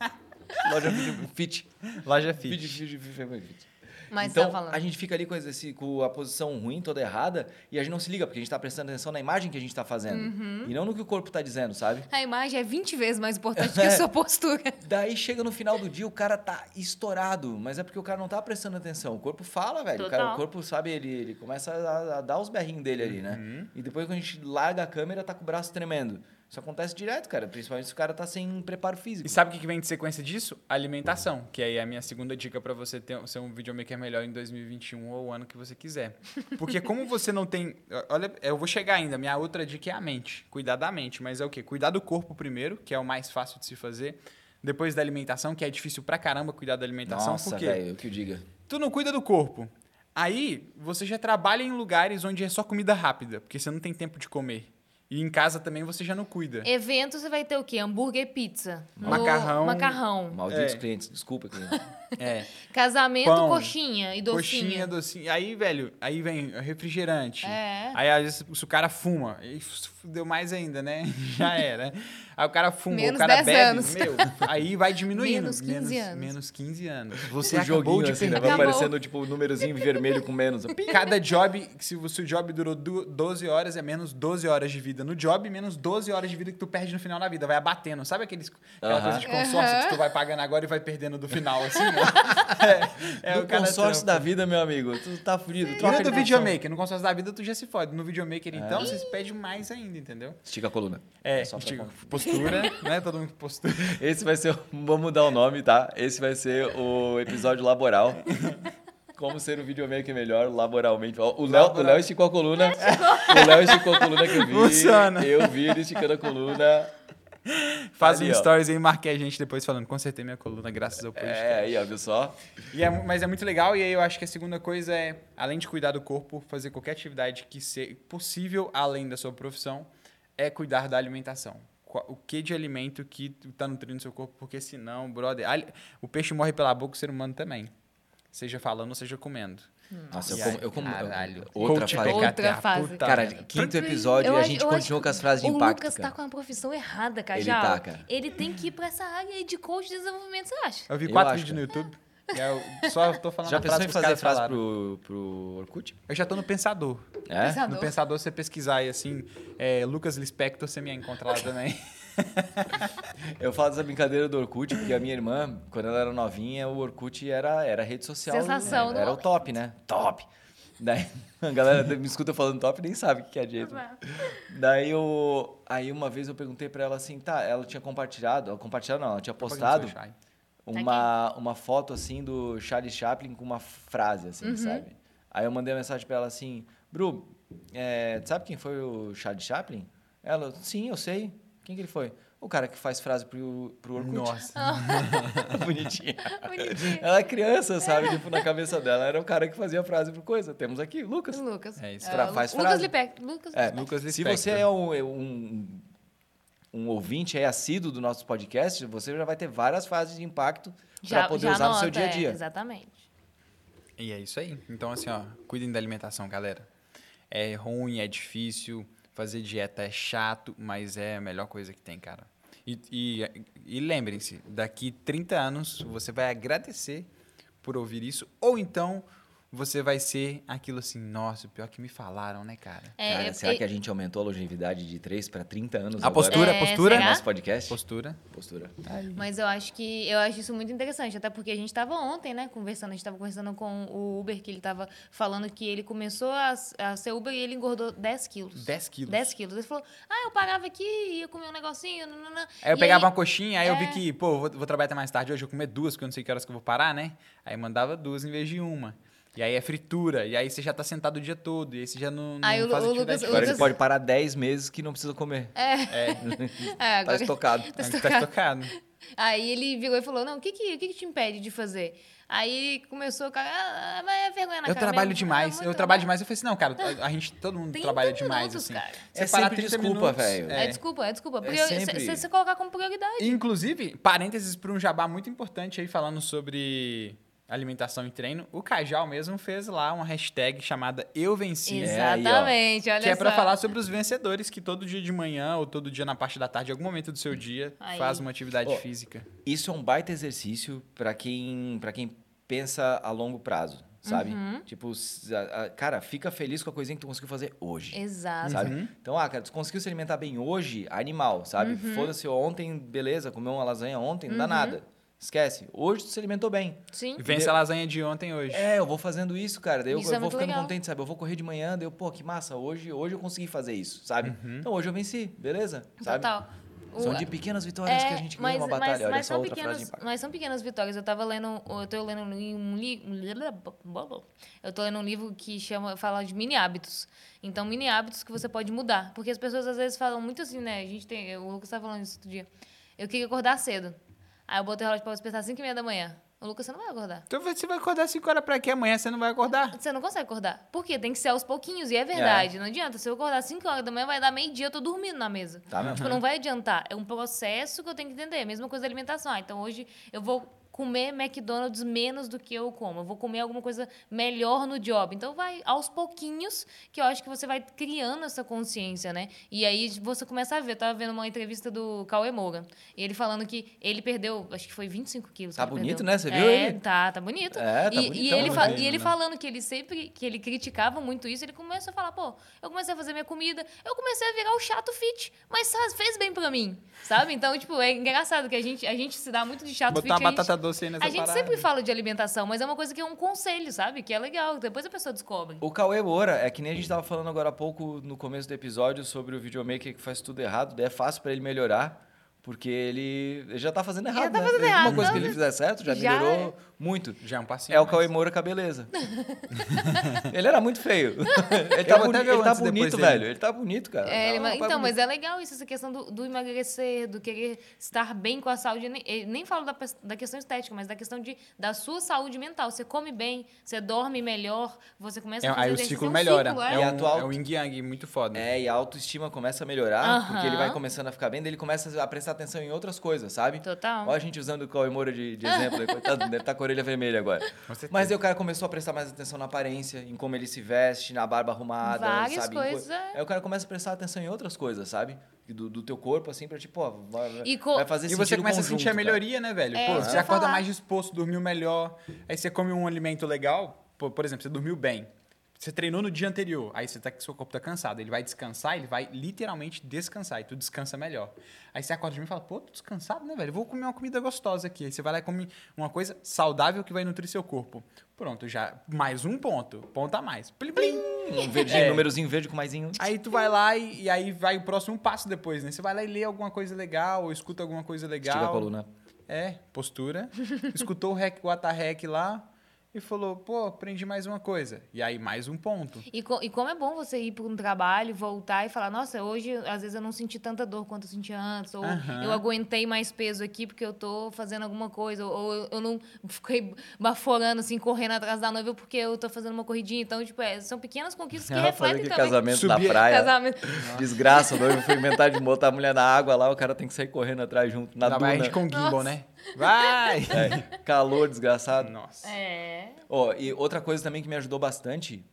Loja Fit. Loja Fit, Fit. fit, fit, fit, fit. Mas Então, tá falando. a gente fica ali com, esse, com a posição ruim, toda errada, e a gente não se liga, porque a gente tá prestando atenção na imagem que a gente tá fazendo. Uhum. E não no que o corpo tá dizendo, sabe? A imagem é vinte vezes mais importante que É. a sua postura. Daí chega no final do dia, o cara tá estourado, mas é porque o cara não tá prestando atenção. O corpo fala, velho. O, cara, Total. o corpo, sabe, ele, ele começa a, a dar os berrinhos dele ali, né? E depois quando a gente larga a câmera, tá com o braço tremendo. Isso acontece direto, cara. Principalmente se o cara tá sem preparo físico. E sabe o que que vem de sequência disso? Alimentação, que aí é a minha segunda dica para você ter, ser um videomaker melhor em dois mil e vinte e um ou o ano que você quiser. Porque como você não tem... Olha, eu vou chegar ainda. Minha outra dica é a mente. Cuidar da mente. Mas é o quê? Cuidar do corpo primeiro, que é o mais fácil de se fazer. Depois da alimentação, que é difícil pra caramba cuidar da alimentação. Nossa, por quê? velho, o que eu diga. Tu não cuida do corpo. Aí, você já trabalha em lugares onde é só comida rápida, porque você não tem tempo de comer. E em casa também você já não cuida. Evento, você vai ter o quê? Hambúrguer e pizza. No- Macarrão. Macarrão. Malditos É. clientes, desculpa, cliente. É. Casamento, Pão, coxinha e docinha. Coxinha, docinho. Aí, velho, aí vem refrigerante. É. Aí, às vezes, se o cara fuma, aí fudeu mais ainda, né? Já era. Aí o cara fuma, Menos o cara dez bebe, anos. meu, aí vai diminuindo. Menos quinze anos. Menos quinze anos. Você O acabou joguinho, de assim, né? perder. Vai Acabou. aparecendo, tipo, o númerozinho vermelho com menos. Cada job, se o seu job durou du- doze horas, é menos doze horas de vida no job, menos doze horas de vida que tu perde no final da vida. Vai abatendo. Sabe aqueles, aquela Aham. coisa de consórcio Aham. que tu vai pagando agora e vai perdendo do final, assim, ó? É, é No o cara consórcio trampa. da vida, meu amigo, tu tá fudido. Tira Troca do de profissão. videomaker. No consórcio da vida, tu já se fode. No videomaker, então, É. você se pede mais ainda, entendeu? Estica a coluna. É, Só pra tipo, con- postura, né? Todo mundo com postura. Esse vai ser. o- Vamos mudar o nome, tá? Esse vai ser o episódio laboral. Como ser um videomaker melhor laboralmente. Ó, O Léo, o Léo esticou a coluna. O Léo esticou a coluna que eu vi. Funciona. Eu vi ele esticando a coluna. Faz Ali, um ó. stories aí e marque a gente depois falando. Consertei minha coluna graças ao podcast. É, aí, ó, viu só? E é mu- mas é muito legal, e aí eu acho que a segunda coisa é, além de cuidar do corpo, fazer qualquer atividade que seja possível além da sua profissão, é cuidar da alimentação. Qua- O que de alimento que está nutrindo seu corpo, porque senão, brother, ali- o peixe morre pela boca, o ser humano também. Seja falando ou seja comendo. Nossa, eu E como. aí, Eu como caralho. outra Coach frase. Outra P K T A, fase. puta Cara, merda. quinto episódio Eu e a acho- gente eu acho continua que com as frases de o impacto. Lucas cara. tá com a profissão errada, cara. Ele Já, tá, cara. Ele tem que ir pra essa área de coach de desenvolvimento, você acha? Eu vi Eu quatro acho, vídeos no YouTube. e eu só tô falando Já a pensou frase em que os fazer caras frase falaram. pro, pro Orkut? Eu já tô no Pensador. É? Pensador. No Pensador, você pesquisar aí, assim, é, Lucas Lispector, você me encontra lá também. Eu falo dessa brincadeira do Orkut, porque a minha irmã, quando ela era novinha, o Orkut era, era rede social. Sensação Era, do era o momento. top, né? Top! Daí a galera me escuta falando top e nem sabe o que é direito. Daí eu, aí uma vez eu perguntei pra ela assim, tá, ela tinha compartilhado, ela compartilhado não, ela tinha postado uma, uma foto assim do Charlie Chaplin com uma frase, assim, Uhum. sabe? Aí eu mandei uma mensagem pra ela assim, Bru, é, sabe quem foi o Charlie Chaplin? Ela, sim, eu sei. Quem que ele foi? O cara que faz frase pro, pro Orkut. Nossa. Bonitinha. Bonitinho. Ela é criança, sabe? Tipo, na cabeça dela era o cara que fazia frase pro coisa. Temos aqui, Lucas. Lucas. É isso. Fra- faz Lucas frase. Lipeck. Lucas É, Lipeck. Lucas Se Lispector. você é um, um, um ouvinte aí assíduo do nosso podcast, você já vai ter várias fases de impacto para poder já usar no seu anota, dia a dia. É, exatamente. E é isso aí. Então, assim, ó, cuidem da alimentação, galera. É ruim, é difícil, fazer dieta é chato, mas é a melhor coisa que tem, cara. E, e, e lembrem-se, daqui trinta anos você vai agradecer por ouvir isso, ou então você vai ser aquilo assim, nossa, o pior que me falaram, né, cara? É, Cara, é, será é- que a gente aumentou a longevidade de três para trinta anos A agora? postura, É, postura? No será? nosso podcast? Postura. Postura. Mas eu acho que eu acho isso muito interessante, até porque a gente estava ontem, né, conversando, a gente estava conversando com o Uber, que ele estava falando que ele começou a, a ser Uber e ele engordou dez quilos. dez quilos. dez quilos. Ele falou, ah, eu parava aqui, ia comer um negocinho, nanana. Aí eu E pegava uma coxinha, aí eu vi é. que, pô, vou, vou trabalhar até mais tarde hoje, eu vou comer duas, porque eu não sei que horas que eu vou parar, né? Aí eu mandava duas em vez de uma. E aí é fritura, e aí você já tá sentado o dia todo, e aí você já não, não Aí o Lu- faz o atividade Lucas- o Agora física. ele pode parar dez meses que não precisa comer. É, Tá agora- estocado. Tá Aí estocado. tá estocado. Aí ele virou e falou, não, o que que, o que que te impede de fazer? Aí começou o cara, ah, mas é vergonha na Eu cara trabalho mesmo. demais, Ah, eu muito trabalho demais. Eu falei assim, não, cara, a, a gente, todo mundo trinta trabalha demais, minutos, assim. cara. É Você parar sempre trinta desculpa, minutos, velho. É, É. desculpa, é desculpa. É Porque sempre. se você colocar como prioridade. E, inclusive, parênteses para um jabá muito importante aí, falando sobre alimentação e treino, o Cajal mesmo fez lá uma hashtag chamada Eu Venci. É, aí, ó. Exatamente, olha Que é só. pra falar sobre os vencedores que todo dia de manhã ou todo dia na parte da tarde, em algum momento do seu dia, Aí. faz uma atividade Ó, física. Isso é um baita exercício para quem, pra quem pensa a longo prazo, sabe? Uhum. Tipo, s- a- a- cara, fica feliz com a coisinha que tu conseguiu fazer hoje. Exato. Sabe? Uhum. Então, ah, cara, tu conseguiu se alimentar bem hoje, animal, sabe? Uhum. Foda-se, ontem, beleza, comeu uma lasanha ontem, não dá nada. Esquece. Hoje tu se alimentou bem. Sim. Vence a lasanha de ontem hoje. É, eu vou fazendo isso, cara. Daí eu, Isso eu é vou muito ficando legal. contente, sabe? Eu vou correr de manhã, daí eu, pô, que massa, hoje, hoje eu consegui fazer isso, sabe? Então hoje eu venci, beleza? Sabe? Total. São O- de pequenas vitórias É, que a gente mas, ganha uma mas- batalha. Olha mas só são outra frase de pequenas, impacto. mas são pequenas vitórias. Eu tava lendo, eu tô lendo um livro, eu tô lendo um livro que chama, fala de mini hábitos. Então, mini hábitos que você pode mudar, porque as pessoas às vezes falam muito assim, né? A gente tem, o Lucas estava falando isso outro dia. Eu queria acordar cedo. Aí eu botei o relógio para despertar às cinco e meia da manhã. O Lucas, você não vai acordar. Então você vai acordar cinco horas pra quê? Amanhã você não vai acordar? Você não consegue acordar. Por quê? Tem que ser aos pouquinhos. E é verdade. Não adianta. Se eu acordar cinco horas da manhã, vai dar meio-dia, eu tô dormindo na mesa. Tá mesmo. Tipo, não vai adiantar. É um processo que eu tenho que entender. Mesma coisa da alimentação. Ah, então hoje eu vou comer McDonald's menos do que eu como. Eu vou comer alguma coisa melhor no job. Então vai aos pouquinhos que eu acho que você vai criando essa consciência, né? E aí você começa a ver. Eu tava vendo uma entrevista do Cauê Moura. E ele falando que ele perdeu, acho que foi vinte e cinco quilos. Tá que ele bonito, perdeu. né? Você viu É, ele? Tá, tá bonito. É, tá e, e bonitão, ele, né? fa- Imagino, e ele né? falando que ele sempre que ele criticava muito isso, ele começou a falar, pô, eu comecei a fazer minha comida, eu comecei a virar o chato fit, mas faz- fez bem pra mim, sabe? Então, tipo, é engraçado que a gente, a gente se dá muito de chato Botar fit. uma a gente- batata doce aí nessa A gente parada. sempre fala de alimentação, mas é uma coisa que é um conselho, sabe? Que é legal, depois a pessoa descobre. O Cauê Moura, é que nem a gente tava falando agora há pouco no começo do episódio sobre o videomaker que faz tudo errado, daí é fácil pra ele melhorar, porque ele, ele já tá fazendo errado, tá né? fazendo Uma errado, coisa não, que ele fizer certo já, já melhorou muito. Já é um passinho. É o a Cauê mais. Moura com a beleza. ele era muito feio. ele Eu tá, vou boni- até ver ele o tá antes e depois bonito, dele. velho. Ele tá bonito, cara. É, ele- Tá um rapaz então, bonito. mas é legal isso, essa questão do, do emagrecer, do querer estar bem com a saúde. Nem, eu nem falo da, pes- da questão estética, mas da questão de, da sua saúde mental. Você come bem, você dorme melhor, você começa É, a fazer aí o exercício. ciclo é um melhora. ciclo, é, é. E um, a tua é um yin yang muito foda. É, e a autoestima começa a melhorar, Aham. porque ele vai começando a ficar bem, daí ele começa a prestar atenção em outras coisas, sabe? Total. Olha a gente usando o Cauê Moura de, de exemplo, aí, coitado, deve estar com a orelha vermelha agora. Com certeza. Mas aí o cara começou a prestar mais atenção na aparência, em como ele se veste, na barba arrumada, Várias sabe? Em co- coisas, é. Aí o cara começa a prestar atenção em outras coisas, sabe? Do, do teu corpo, assim, pra tipo, ó, vai, E co- vai fazer E sentido você começa a conjunto, sentir a cara. melhoria, né, velho? É, Pô, isso você que eu ia acorda falar. mais disposto, dormiu melhor. Aí você come um alimento legal. Pô, por exemplo, você dormiu bem. Você treinou no dia anterior. Aí você tá, seu corpo tá cansado. Ele vai descansar, ele vai literalmente descansar. E tu descansa melhor. Aí você acorda de mim e fala, pô, tô descansado, né, velho? Vou comer uma comida gostosa aqui. Aí você vai lá e come uma coisa saudável que vai nutrir seu corpo. Pronto, já mais um ponto. Ponto a mais. Plim, plim. Um verdinho, É. númerozinho verde com maisinho. Aí tu vai lá e, e aí vai o próximo passo depois, né? Você vai lá e lê alguma coisa legal, ou escuta alguma coisa legal. Estica a coluna. É, postura. Escutou o rec, o atarrec lá e falou, pô, aprendi mais uma coisa. E aí, mais um ponto. E, co- e como é bom você ir para um trabalho, voltar e falar, nossa, hoje às vezes eu não senti tanta dor quanto eu sentia antes, ou Aham. eu aguentei mais peso aqui porque eu tô fazendo alguma coisa, ou, ou eu- eu não fiquei baforando, assim, correndo atrás da noiva porque eu tô fazendo uma corridinha. Então, tipo, é, são pequenas conquistas que Ela falou refletem que também. casamento na Subir- praia. Casamento. Desgraça, o noivo foi inventar de botar a mulher na água lá, o cara tem que sair correndo atrás junto, na Ainda mais a duna. gente com gimbal, Nossa. né? Vai! É, calor desgraçado. Nossa. É. Ó, e outra coisa também que me ajudou bastante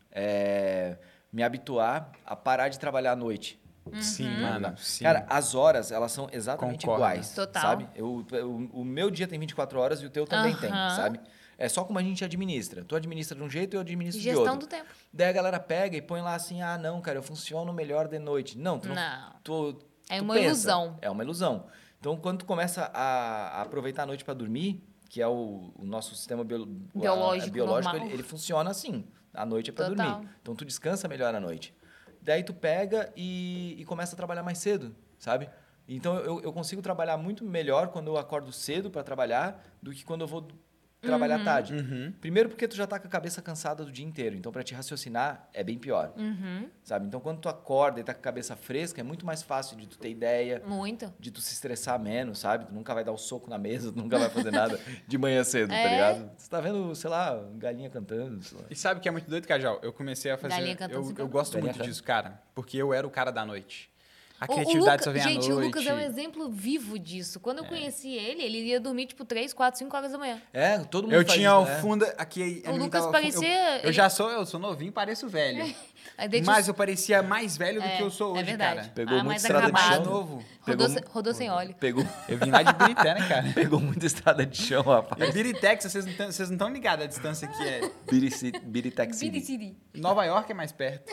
é me habituar a parar de trabalhar à noite. Sim, mano. Sim. Cara, as horas, elas são exatamente Concordo. iguais, Total. sabe? Eu, eu- o meu dia tem vinte e quatro horas e o teu também tem, Aham. sabe? É só como a gente administra. Tu administra de um jeito e eu administro de Gestão outro. do tempo. Daí a galera pega e põe lá assim, ah, não, cara, eu funciono melhor de noite. Não, tu não. Não. tu- É tu uma pensa. ilusão. É uma ilusão. Então, quando tu começa a, a aproveitar a noite para dormir, que é o, o nosso sistema bio- a- Biológico biológico normal. ele, ele funciona assim. A noite é para Total. dormir. Então, tu descansa melhor à noite. Daí tu pega e, e começa a trabalhar mais cedo, sabe? Então, eu, eu consigo trabalhar muito melhor quando eu acordo cedo para trabalhar do que quando eu vou trabalhar tarde. Uhum. Primeiro porque tu já tá com a cabeça cansada do dia inteiro. Então, para te raciocinar, é bem pior, Uhum. sabe? Então, quando tu acorda e tá com a cabeça fresca, é muito mais fácil de tu ter ideia, Muito. de tu se estressar menos, sabe? Tu nunca vai dar o soco na mesa, tu nunca vai fazer nada de manhã cedo, tá É. ligado? Você tá vendo, sei lá, galinha cantando, sei lá. E sabe o que é muito doido, Cajal? Eu comecei a fazer... Galinha cantando Eu, cinco eu anos. gosto Galinha muito cantando. disso, cara. Porque eu era o cara da noite. A O- o criatividade Luca- só vem à noite. Gente, o Lucas é um exemplo vivo disso. Quando eu conheci ele, ele ia dormir tipo três, quatro, cinco horas da manhã. É, todo mundo Eu faz tinha isso, o né? fundo aqui. a O mim Lucas tava fu- parecia- Eu, eu ele- já sou, eu sou novinho, pareço velho. Aí daí Mas tinha- eu parecia mais velho do É, que eu sou é hoje, verdade. cara. Pegou Ah, muito mais estrada de acabado. chão. Mais novo. Rodou, Pegou, sem, rodou sem óleo. pegou, Eu vim lá de Birité, né, cara? pegou muita estrada de chão, rapaz. É Biritex, vocês não tão- vocês não estão ligados a distância que é. Birisi- Biritex City. Biriciri. Nova York é mais perto.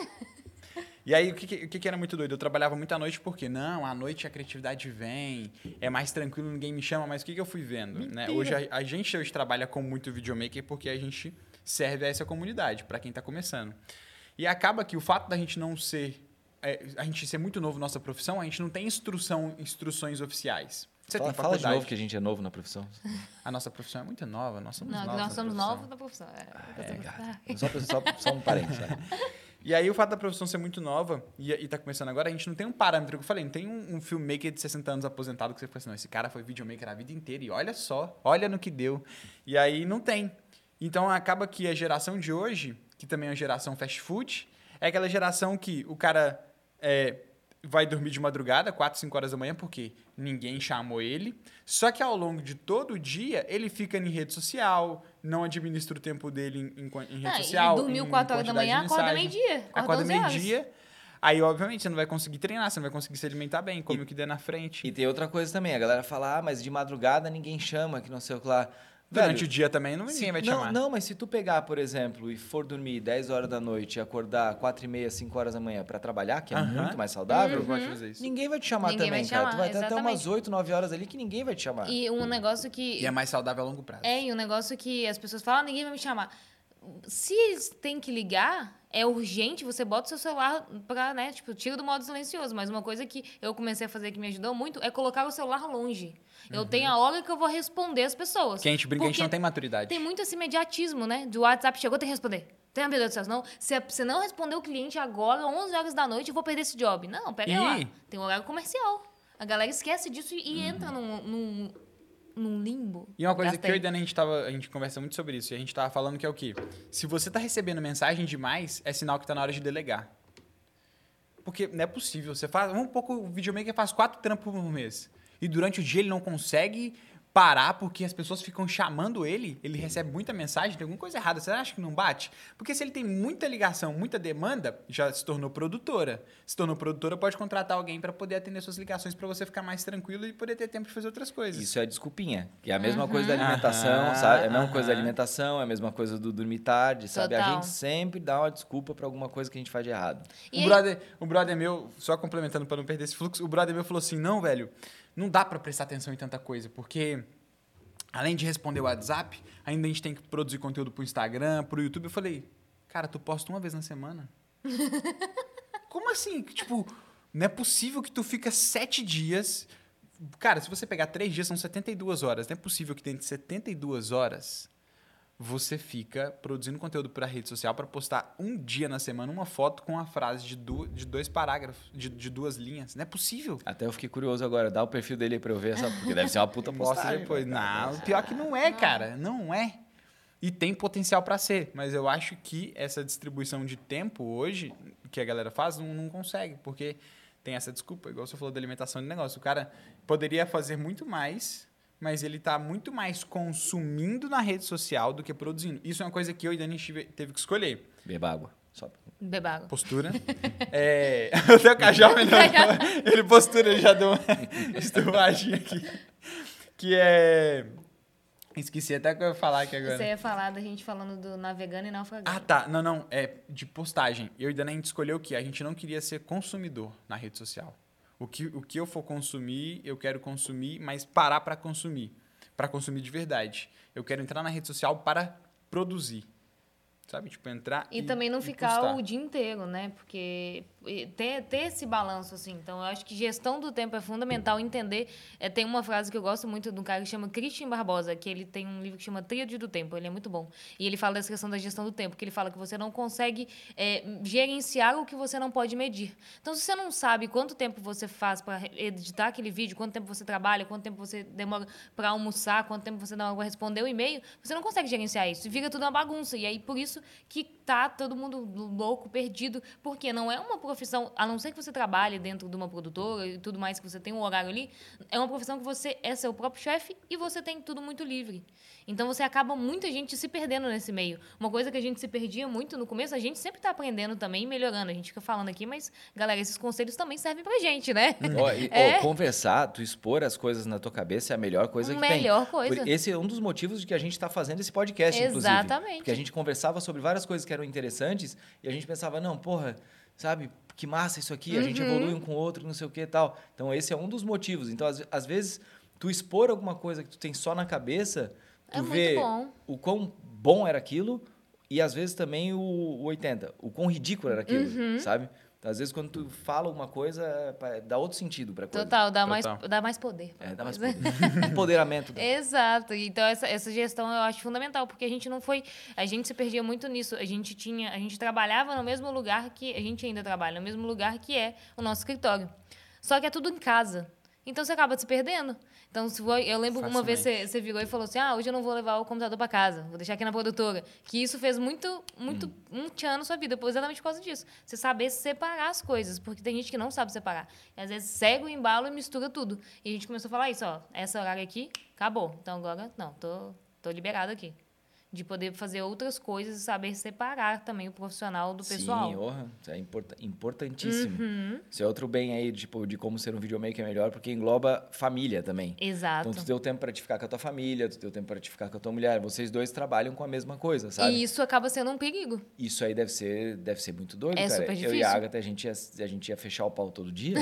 E aí, o que, que- o que que era muito doido? Eu trabalhava muito à noite porque, não, à noite a criatividade vem, é mais tranquilo, ninguém me chama, mas o que, que eu fui vendo? Né? Hoje, a, a gente hoje trabalha com muito videomaker porque a gente serve a essa comunidade, para quem está começando. E acaba que o fato da gente não ser, é, a gente ser muito novo na nossa profissão, a gente não tem instrução, instruções oficiais. Você Fala, tem fala de faculdade. novo que a gente é novo na profissão. A nossa profissão é muito nova, nós somos Não, novos. nós na somos profissão. novos na profissão. É, É, cara. Só, só, só um parênteses, né? E aí, o fato da profissão ser muito nova e, e tá começando agora, a gente não tem um parâmetro que eu falei, não tem um, um filmmaker de sessenta anos aposentado que você fala assim, não, esse cara foi videomaker a vida inteira e olha só, olha no que deu. E aí, não tem. Então, acaba que a geração de hoje, que também é uma geração fast food, é aquela geração que o cara é, vai dormir de madrugada, quatro, cinco horas da manhã, porque ninguém chamou ele. Só que ao longo de todo o dia, ele fica em rede social, não administra o tempo dele em, em, em rede Ah, social. ele dormiu em quatro horas da quantidade de manhã, acorda mensagem. meio-dia. Acorda onze horas. meio-dia. Aí, obviamente, você não vai conseguir treinar, você não vai conseguir se alimentar bem, come o que der na frente. E tem outra coisa também, a galera fala, ah, mas de madrugada ninguém chama, que não sei o que lá. Durante Velho, o dia também, não, ninguém se- vai te não, chamar. Não, mas se tu pegar, por exemplo, e for dormir dez horas da noite e acordar quatro e meia, cinco horas da manhã pra trabalhar, que é Aham. muito mais saudável, Eu gosto de fazer isso. ninguém vai te chamar Ninguém também, vai te cara. chamar, Tu vai ter até umas exatamente. oito, nove horas ali que ninguém vai te chamar. E um negócio que... E é mais saudável a longo prazo. É, e um negócio que as pessoas falam, ah, ninguém vai me chamar. Se eles têm que ligar, é urgente, você bota o seu celular pra, né, tipo, tira do modo silencioso. Mas uma coisa que eu comecei a fazer que me ajudou muito é colocar o celular longe. Eu tenho a hora que eu vou responder as pessoas. Que a gente brinca, a gente Porque não tem maturidade. tem muito esse imediatismo, né? Do WhatsApp chegou, tem que responder. Tem, meu Deus do céu, não. Se você não responder o cliente agora, onze horas da noite, eu vou perder esse job. Não, pega Ih. lá. Tem um horário comercial. A galera esquece disso e, e entra num, num, num limbo. E uma coisa Gastei. que eu e Dani, a gente, tava, a gente conversa muito sobre isso. E a gente tava falando que é o quê? Se você tá recebendo mensagem demais, é sinal que tá na hora de delegar. Porque não é possível. Você faz. Um pouco, o videomaker faz quatro trampos por mês. E durante o dia ele não consegue parar porque as pessoas ficam chamando ele, ele recebe muita mensagem, tem alguma coisa errada. Você acha que não bate? Porque se ele tem muita ligação, muita demanda, já se tornou produtora. Se tornou produtora, pode contratar alguém para poder atender suas ligações para você ficar mais tranquilo e poder ter tempo de fazer outras coisas. Isso é desculpinha. Que é a mesma coisa da alimentação, Aham, sabe? É a mesma aham. coisa da alimentação, é a mesma coisa do dormir tarde, sabe? A Total. gente sempre dá uma desculpa pra alguma coisa que a gente faz de errado. E Um aí- brother, um brother meu, só complementando para não perder esse fluxo, o brother meu falou assim, não, velho, não dá para prestar atenção em tanta coisa, porque além de responder o WhatsApp, ainda a gente tem que produzir conteúdo pro Instagram, pro YouTube. Eu falei, cara, tu posta uma vez na semana? Como assim? Tipo, não é possível que tu fica sete dias... Cara, se você pegar três dias, são setenta e duas horas. Não é possível que dentro de setenta e duas horas você fica produzindo conteúdo para rede social para postar um dia na semana uma foto com uma frase de, du de dois parágrafos, de, de duas linhas. Não é possível. Até eu fiquei curioso agora. Dá o perfil dele aí pra eu ver, sabe? Porque deve ser uma puta Mostra postagem. depois. né, cara? Não, pior que não é, cara. Não é. E tem potencial para ser. Mas eu acho que essa distribuição de tempo hoje, que a galera faz, não, não consegue. Porque tem essa desculpa, igual você falou da alimentação de negócio. O cara poderia fazer muito mais, mas ele está muito mais consumindo na rede social do que produzindo. Isso é uma coisa que eu e Dani tive, teve que escolher. Beba água. Só. Beba água. Postura. é... Até o Cajal, melhor. Ele postura, ele já deu uma estufadinha aqui. Que é... Esqueci até o que eu ia falar aqui agora. Você ia falar da gente falando do navegando e naufragando. Ah, tá. Não, não. É de postagem. Eu e Dani, a gente escolheu o quê? A gente não queria ser consumidor na rede social. O que, o que eu for consumir, eu quero consumir, mas parar para consumir. Para consumir de verdade. Eu quero entrar na rede social para produzir. Sabe? Tipo, entrar E, e também não e ficar postar. o dia inteiro, né? Porque ter, ter esse balanço, assim. Então, eu acho que gestão do tempo é fundamental entender. É, tem uma frase que eu gosto muito de um cara que chama Christian Barbosa, que ele tem um livro que chama Tríade do Tempo. Ele é muito bom. E ele fala dessa questão da gestão do tempo, que ele fala que você não consegue é, gerenciar o que você não pode medir. Então, se você não sabe quanto tempo você faz para editar aquele vídeo, quanto tempo você trabalha, quanto tempo você demora para almoçar, quanto tempo você demora para responder o e-mail, você não consegue gerenciar isso. E fica tudo uma bagunça. E aí, por isso que tá todo mundo louco, perdido, porque não é uma profissão, a não ser que você trabalhe dentro de uma produtora e tudo mais, que você tem um horário ali, é uma profissão que você é seu próprio chefe e você tem tudo muito livre. Então, você acaba muita gente se perdendo nesse meio. Uma coisa que a gente se perdia muito no começo, a gente sempre tá aprendendo também e melhorando. A gente fica falando aqui, mas, galera, esses conselhos também servem pra gente, né? Ó, e, É. ó, conversar, tu expor as coisas na tua cabeça é a melhor coisa A que melhor tem. coisa. Por- Esse é um dos motivos de que a gente está fazendo esse podcast, inclusive. Exatamente. Porque a gente conversava sobre várias coisas que eram interessantes e a gente pensava, não, porra, sabe, que massa isso aqui, a gente Uhum. evolui um com o outro, não sei o que e tal. Então, esse é um dos motivos. Então, às, às vezes, tu expor alguma coisa que tu tem só na cabeça, tu É muito vê bom. o quão bom era aquilo e, às vezes, também o, o oitenta, o quão ridículo era aquilo, Uhum. sabe? Então, às vezes, quando tu fala alguma coisa, pa- dá outro sentido pra coisa. Total, dá, Mais, Total. dá mais poder. pra É, dá mais coisa. poder. Empoderamento. Da... Exato. Então, essa, essa gestão eu acho fundamental, porque a gente não foi... A gente se perdia muito nisso. A gente tinha... A gente trabalhava no mesmo lugar que... A gente ainda trabalha no mesmo lugar que é o nosso escritório. Só que é tudo em casa. Então, você acaba se perdendo. Então, se for, eu lembro uma vez você, você virou e falou assim, ah, hoje eu não vou levar o computador para casa, vou deixar aqui na produtora. Que isso fez muito, muito, Hum. um tchan na sua vida, exatamente por causa disso. Você saber separar as coisas, porque tem gente que não sabe separar. E, às vezes, segue o embalo e mistura tudo. E a gente começou a falar isso, ó, essa horário aqui, acabou. Então, agora, não, tô, tô liberado aqui. De poder fazer outras coisas e saber separar também o profissional do pessoal. Sim, orra, isso é import- importantíssimo. Uhum. Isso é outro bem aí, tipo, de como ser um videomaker melhor, porque engloba família também. Exato. Então, tu deu tempo pra te ficar com a tua família, tu deu tempo pra te ficar com a tua mulher. Vocês dois trabalham com a mesma coisa, sabe? E isso acaba sendo um perigo. Isso aí deve ser, deve ser muito doido, É cara. super Eu e difícil. a Agatha, a gente ia, a gente ia fechar o pau todo dia.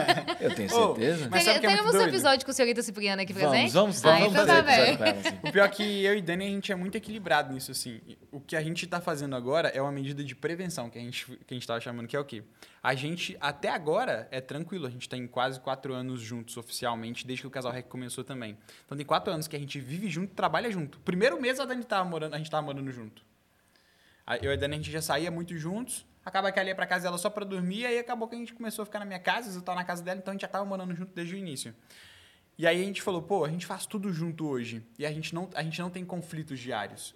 Eu tenho Ô, certeza. Mas sabe o que é muito Teremos um doido? episódio com o senhorita Cipriana aqui presente? Vamos, vamos, Ah, vamos então fazer tá episódio bem. com ela, assim. O pior é que eu e Dani, a gente é muito equilibrado nisso, assim. O que a gente tá fazendo agora é uma medida de prevenção, que a gente, que a gente tava chamando, que é o quê? A gente, até agora, é tranquilo. A gente tá em quase quatro anos juntos, oficialmente, desde que o Casal Rec começou também. Então, tem quatro anos que a gente vive junto, trabalha junto. Primeiro mês a Dani tava morando, a gente tava morando junto. Aí, eu e a Dani, a gente já saía muito juntos. Acaba que ela ia pra casa dela só pra dormir, aí acabou que a gente começou a ficar na minha casa, eu tava na casa dela, então a gente já tava morando junto desde o início. E aí a gente falou, pô, a gente faz tudo junto hoje. E a gente não, a gente não tem conflitos diários.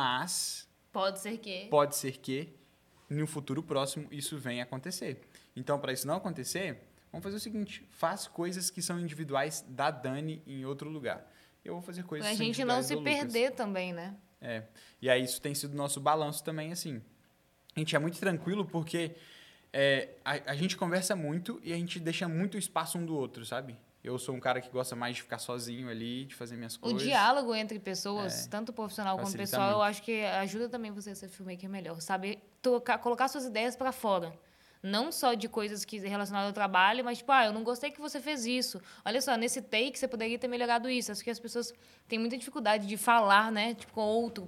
Mas Pode ser que... pode ser que, em um futuro próximo, isso venha a acontecer. Então, para isso não acontecer, vamos fazer o seguinte, faz coisas que são individuais da Dani em outro lugar. Eu vou fazer coisas Pra que são gente não individuais se do Lucas. perder também, né? É. E aí isso tem sido nosso balanço também, assim. A gente é muito tranquilo porque é, a, a gente conversa muito e a gente deixa muito espaço um do outro, sabe? Eu sou um cara que gosta mais de ficar sozinho ali, de fazer minhas O coisas. diálogo entre pessoas, É. tanto profissional quanto Facilita pessoal, eu muito. acho que ajuda também você a ser filmmaker melhor. Saber tocar, colocar suas ideias pra fora. Não só de coisas que relacionadas ao trabalho, mas tipo, ah, eu não gostei que você fez isso. Olha só, nesse take você poderia ter melhorado isso. Acho que as pessoas têm muita dificuldade de falar, né? Tipo, com outro, por,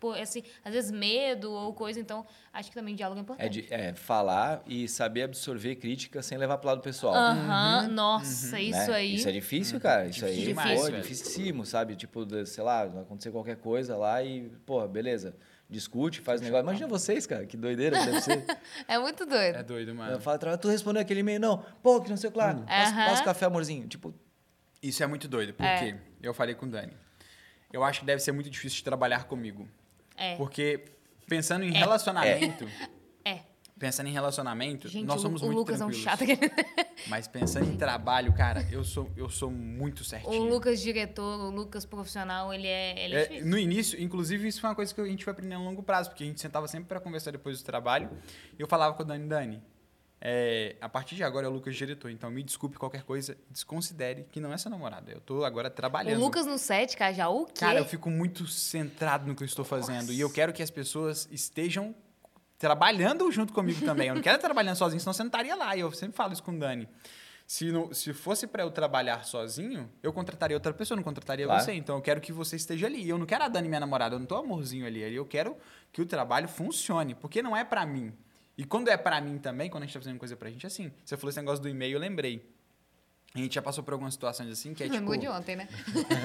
por esse, às vezes, medo ou coisa. Então, acho que também diálogo é É, importante. de, é falar e saber absorver crítica sem levar pro lado pessoal. Aham, nossa, isso né? aí. Isso é difícil, cara. Isso aí, Difícil pô, demais, é velho. dificílimo, sabe? Tipo, de- sei lá, vai acontecer qualquer coisa lá e, pô, beleza. Discute, faz um negócio. Imagina vocês, cara, que doideira que deve ser. É muito doido. É doido, Eu mano. falo, "Tra- tu respondeu aquele e-mail, não. Pô, que não sei o que lá. Passa, Aham. passa o café, amorzinho. Tipo, Isso é muito doido, porque É. eu falei com o Dani. Eu acho que deve ser muito difícil de trabalhar comigo. É. Porque pensando em relacionamento, É. pensando em relacionamento, Gente, nós o, somos o muito Lucas é um tranquilos. chato. Mas pensando em trabalho, cara, eu sou, eu sou muito O certinho. Lucas diretor, o Lucas profissional, ele é, ele é, É, difícil. no início, inclusive, isso foi uma coisa que a gente foi aprendendo a longo prazo, porque a gente sentava sempre para conversar depois do trabalho. E eu falava com o Dani, Dani, é, a partir de agora é o Lucas diretor, então me desculpe qualquer coisa, desconsidere que não é seu namorado. Eu tô agora O trabalhando. Lucas no set, cara, já o quê? Cara, eu fico muito centrado no que eu estou fazendo. E eu quero que as pessoas estejam trabalhando junto comigo também. Eu não quero trabalhando sozinho, senão você não estaria lá. E eu sempre falo isso com o Dani. Se, não, se fosse para eu trabalhar sozinho, eu contrataria outra pessoa, não contrataria Claro. você. Então eu quero que você esteja ali. E eu não quero a Dani, minha namorada, eu não tô amorzinho ali. Eu quero que o trabalho funcione, porque não é para mim. E quando é para mim também, quando a gente tá fazendo coisa pra gente, é assim. Você falou esse negócio do e-mail, eu lembrei. A gente já passou por algumas situações assim, que é tipo... Lembrou de ontem, né?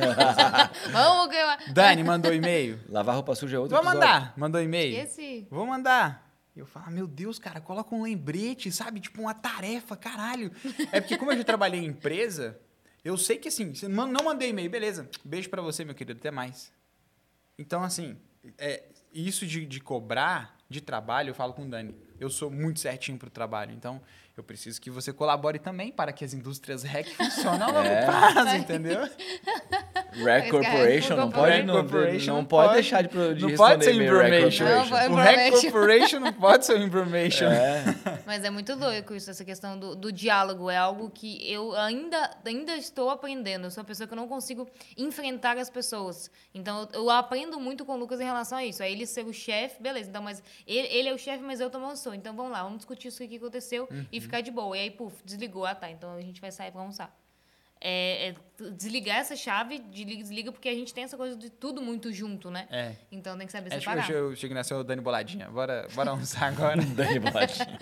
Vamos ganhar. Dani mandou e-mail. lavar roupa suja é outro Vou episódio. mandar. Mandou e-mail. Esqueci. Vou mandar. E eu falo, ah, meu Deus, cara, coloca um lembrete, sabe? Tipo, uma tarefa, caralho. É porque como eu já trabalhei em empresa, eu sei que assim, você man- não mandei e-mail, beleza. Beijo pra você, meu querido, até mais. Então, assim, é, isso de, de cobrar de trabalho, eu falo com o Dani. Eu sou muito certinho pro trabalho, então eu preciso que você colabore também para que as indústrias R E C funcionem a longo É. prazo, entendeu? Rec Corporation não pode, Rec não, Corporation não não pode pode. deixar de, pro- de Não responder pode ser e-mail, Rec information. Corporation. Não, O Rec Information. Corporation não pode ser information. É. Mas é muito louco isso, essa questão do, do diálogo. É algo que eu ainda, ainda estou aprendendo. Eu sou uma pessoa que eu não consigo enfrentar as pessoas. Então, eu, eu aprendo muito com o Lucas em relação a isso. Aí ele ser o chefe, beleza. Então, mas ele, ele é o chefe, mas eu também sou. Então, vamos lá, vamos discutir isso aqui que aconteceu e ficar de boa. E aí, puf, desligou. Ah, tá. Então, a gente vai sair pra almoçar. É, é desligar essa chave, desliga, desliga, porque a gente tem essa coisa de tudo muito junto, né? É. Então, tem que saber Acho que separar. eu, eu chego nessa, ô Dani Boladinha, bora, bora almoçar agora. Dani Boladinha.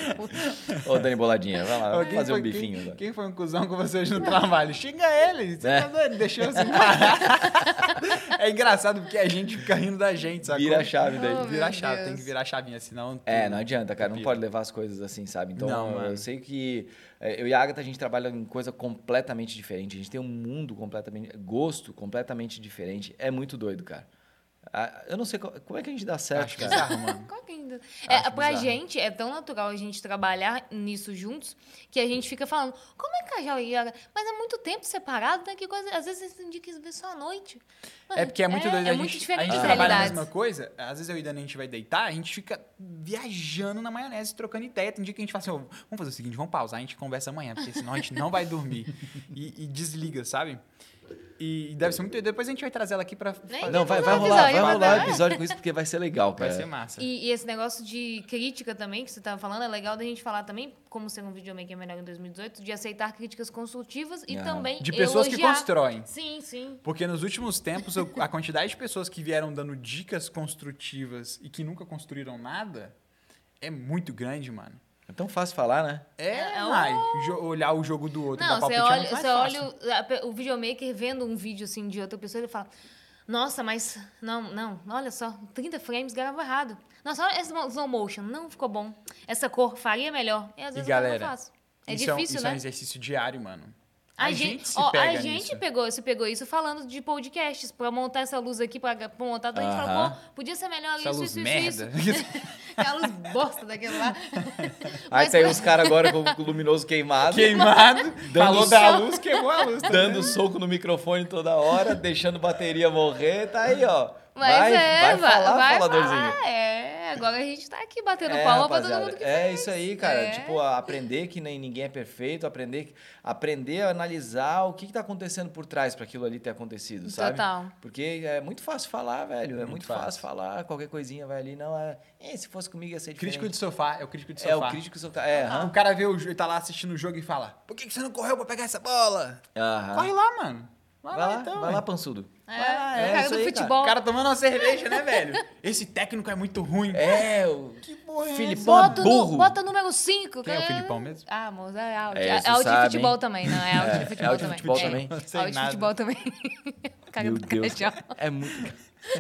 Ô, Dani Boladinha, vai lá, Ô, vamos fazer um foi, bifinho. Quem, agora. quem foi um cuzão com você hoje no trabalho? Xinga ele. Você É. tá doido? Deixou assim parar. É engraçado porque a gente fica rindo da gente, sabe? Vira a chave daí. Oh, Vira a meu chave, Deus. tem que virar a chavinha, senão... É, tu- não adianta, cara. Não tu pode pira. levar as coisas assim, sabe? Então, Não, eu mano. sei que é, eu e a Agatha, a gente trabalha em coisa completamente diferente. A gente tem um mundo completamente... Gosto completamente diferente. É muito doido, cara. Ah, eu não sei co- como é que a gente dá certo, Acho cara. bizarro, mano. Qual que ainda? É, Acho pra bizarro. gente, é tão natural a gente trabalhar nisso juntos que a gente fica falando, como é que a Jal e a... Mas é muito tempo separado, né? Que coisa... Às vezes você tem dia que se vê só à noite. É porque é muito doido. É a muito gente, diferente a gente de trabalha na realidades. mesma coisa. Às vezes eu e a Dani, a gente vai deitar, a gente fica viajando na maionese, trocando ideia. Tem dia que a gente fala assim, ó, vamos fazer o seguinte, vamos pausar, a gente conversa amanhã, porque senão a gente não vai dormir. E, e desliga, sabe? E deve ser muito doido. Depois a gente vai trazer ela aqui pra... Nem fazer- Não, vai, fazer vai um rolar, vai episódio, vai rolar dar. um episódio com isso, porque vai ser legal, Vai cara. ser massa. E, e esse negócio de crítica também, que você estava falando, é legal da gente falar também, como ser um videomaker melhor em dois mil e dezoito, de aceitar críticas construtivas e Ah. também De pessoas que elogiar. constroem. Sim, sim. Porque nos últimos tempos, eu- a quantidade de pessoas que vieram dando dicas construtivas e que nunca construíram nada é muito grande, mano. É tão fácil falar, né? É, É, Mai, jo- olhar o jogo do outro, Não, dar você palpite é olha, muito mais você fácil. olha o, a pe- o videomaker vendo um vídeo assim de outra pessoa, ele fala: Nossa, mas não, não, olha só, trinta frames gravou errado. Nossa, olha esse slow motion, não ficou bom. Essa cor faria melhor. E às E vezes galera, eu não faço. É isso difícil, é um, isso né? é um exercício diário, mano. A, gente, se ó, pega a gente nisso. pegou, se pegou isso falando de podcasts, pra montar essa luz aqui, pra, pra montar, a gente falou, Aham. pô, podia ser melhor Essa isso, luz isso, merda. isso, isso. Aquela luz bosta daquele lá. Aí Mas tem foi- os caras agora com o luminoso queimado, Queimado, falou so- da luz, queimou a luz. tá dando vendo? soco no microfone toda hora, deixando bateria morrer, tá aí, ó. Mas vai, é, vai vai, falar, vai faladorzinho. falar, é. Agora a gente tá aqui batendo É, palma pra todo rapaziada, mundo que é fez. isso aí, cara. É. Tipo, a- aprender que nem ninguém é perfeito, aprender, aprender a analisar o que, que tá acontecendo por trás para aquilo ali ter acontecido, sabe? Total. Porque é muito fácil falar, velho. É muito, Muito fácil. fácil. falar. Qualquer coisinha vai ali, não é. "Eh, se fosse comigo ia ser diferente. Crítico de sofá, é o crítico de É, sofá. o crítico do seu ca- É, Ah, aham. o cara vê o jogo, tá lá assistindo o jogo e fala: Por que que você não correu pra pegar essa bola? Aham. Corre lá, mano. Vai, Vai lá, lá, então. vai ué. lá, pançudo. Ah, É, é o cara isso do aí, futebol. O cara tomando uma cerveja, né, velho? Esse técnico é muito ruim. É, o Que porra é Filipão essa? é Bota, burro. no, bota número cinco. Quem é o Filipão mesmo? Ah, moça, é out. É, É, isso out de sabe, futebol hein? também, não. É out É, de é futebol out de também. futebol É, também. Não sei out de nada. futebol também. Cara Meu do Deus, Cajal. cara. É muito...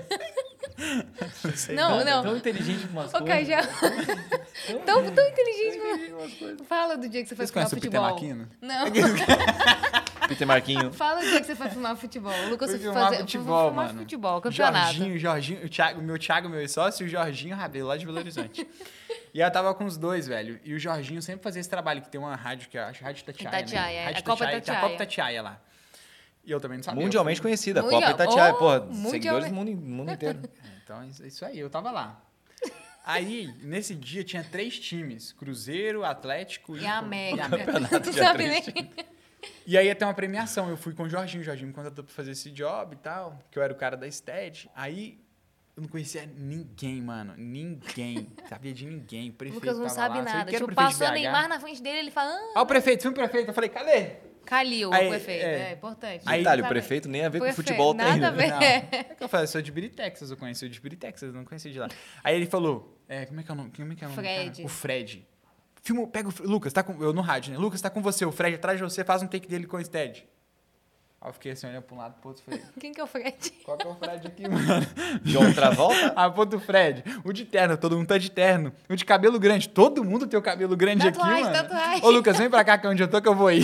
Não, É não. tão inteligente com umas Ô, coisas. Cajal. Tão, tão inteligente. Fala do dia que você foi Vocês filmar conhecem o futebol. Peter Marquino? Não. Peter Marquinho. Fala do dia que você foi filmar futebol. O Lucas Fui foi filmar fazer futebol, foi filmar mano. futebol, campeonato. Jorginho, Jorginho, o Thiago, meu Thiago, meu sócio, e o Jorginho Rabelo, lá de Belo Horizonte. E eu tava com os dois, velho. E o Jorginho sempre fazia esse trabalho, que tem uma rádio, que eu acho Rádio Tatiaia, Itatiaia, né? é. Rádio A Copa Tatiaia, tem a Itatiaia. Copa Tatiaia lá. E eu também não sabia. Mundialmente eu fui- conhecida. Mundial- Copa Itatiaia, Oh, porra. mundialmente. Seguidores do mundo, mundo inteiro. Então, isso isso aí, eu tava lá. Aí, nesse dia, tinha três times. Cruzeiro, Atlético e... E a Mega. campeonato Não de sabe atriz. nem. E aí ia ter uma premiação. Eu fui com o Jorginho. O Jorginho me contratou pra fazer esse job e tal. Que eu era o cara da estética. Aí eu não conhecia ninguém, mano. Ninguém. Sabia de ninguém. O O prefeito Lucas não tava sabe lá. Sei nada. que era o Tipo, prefeito de passou B H. Neymar na frente dele, ele fala, Ah, ah, o prefeito. Fui o prefeito. Eu falei, cadê? Calil, Aí, o prefeito. é. É, importante. Aí- Detalhe, o Sabe? prefeito nem a ver com Prefeito, futebol tem. nada a né? ver. Não. É que eu falei, eu sou de Biri, Texas. Eu conheci o de Biri, Texas. Eu não conheci de lá. Aí ele falou, é, como é que é o nome? Como é que é o nome do Fred. cara? O Fred. Filma, pega o... Fre- Lucas, tá com... Eu no rádio, né? Lucas, tá com você. O Fred atrás de você. Faz um take dele com o Stead. Aí eu fiquei assim, olhando pra um lado pro outro. Falei, Quem que é o Fred? qual que é o Fred aqui, mano? John Travolta? A ponto do Fred. O de terno, todo mundo tá de terno. O de cabelo grande, todo mundo tem o cabelo grande Tatuagem, aqui, mano. tatuagem. Ô, Lucas, vem pra cá que é onde eu tô que eu vou aí.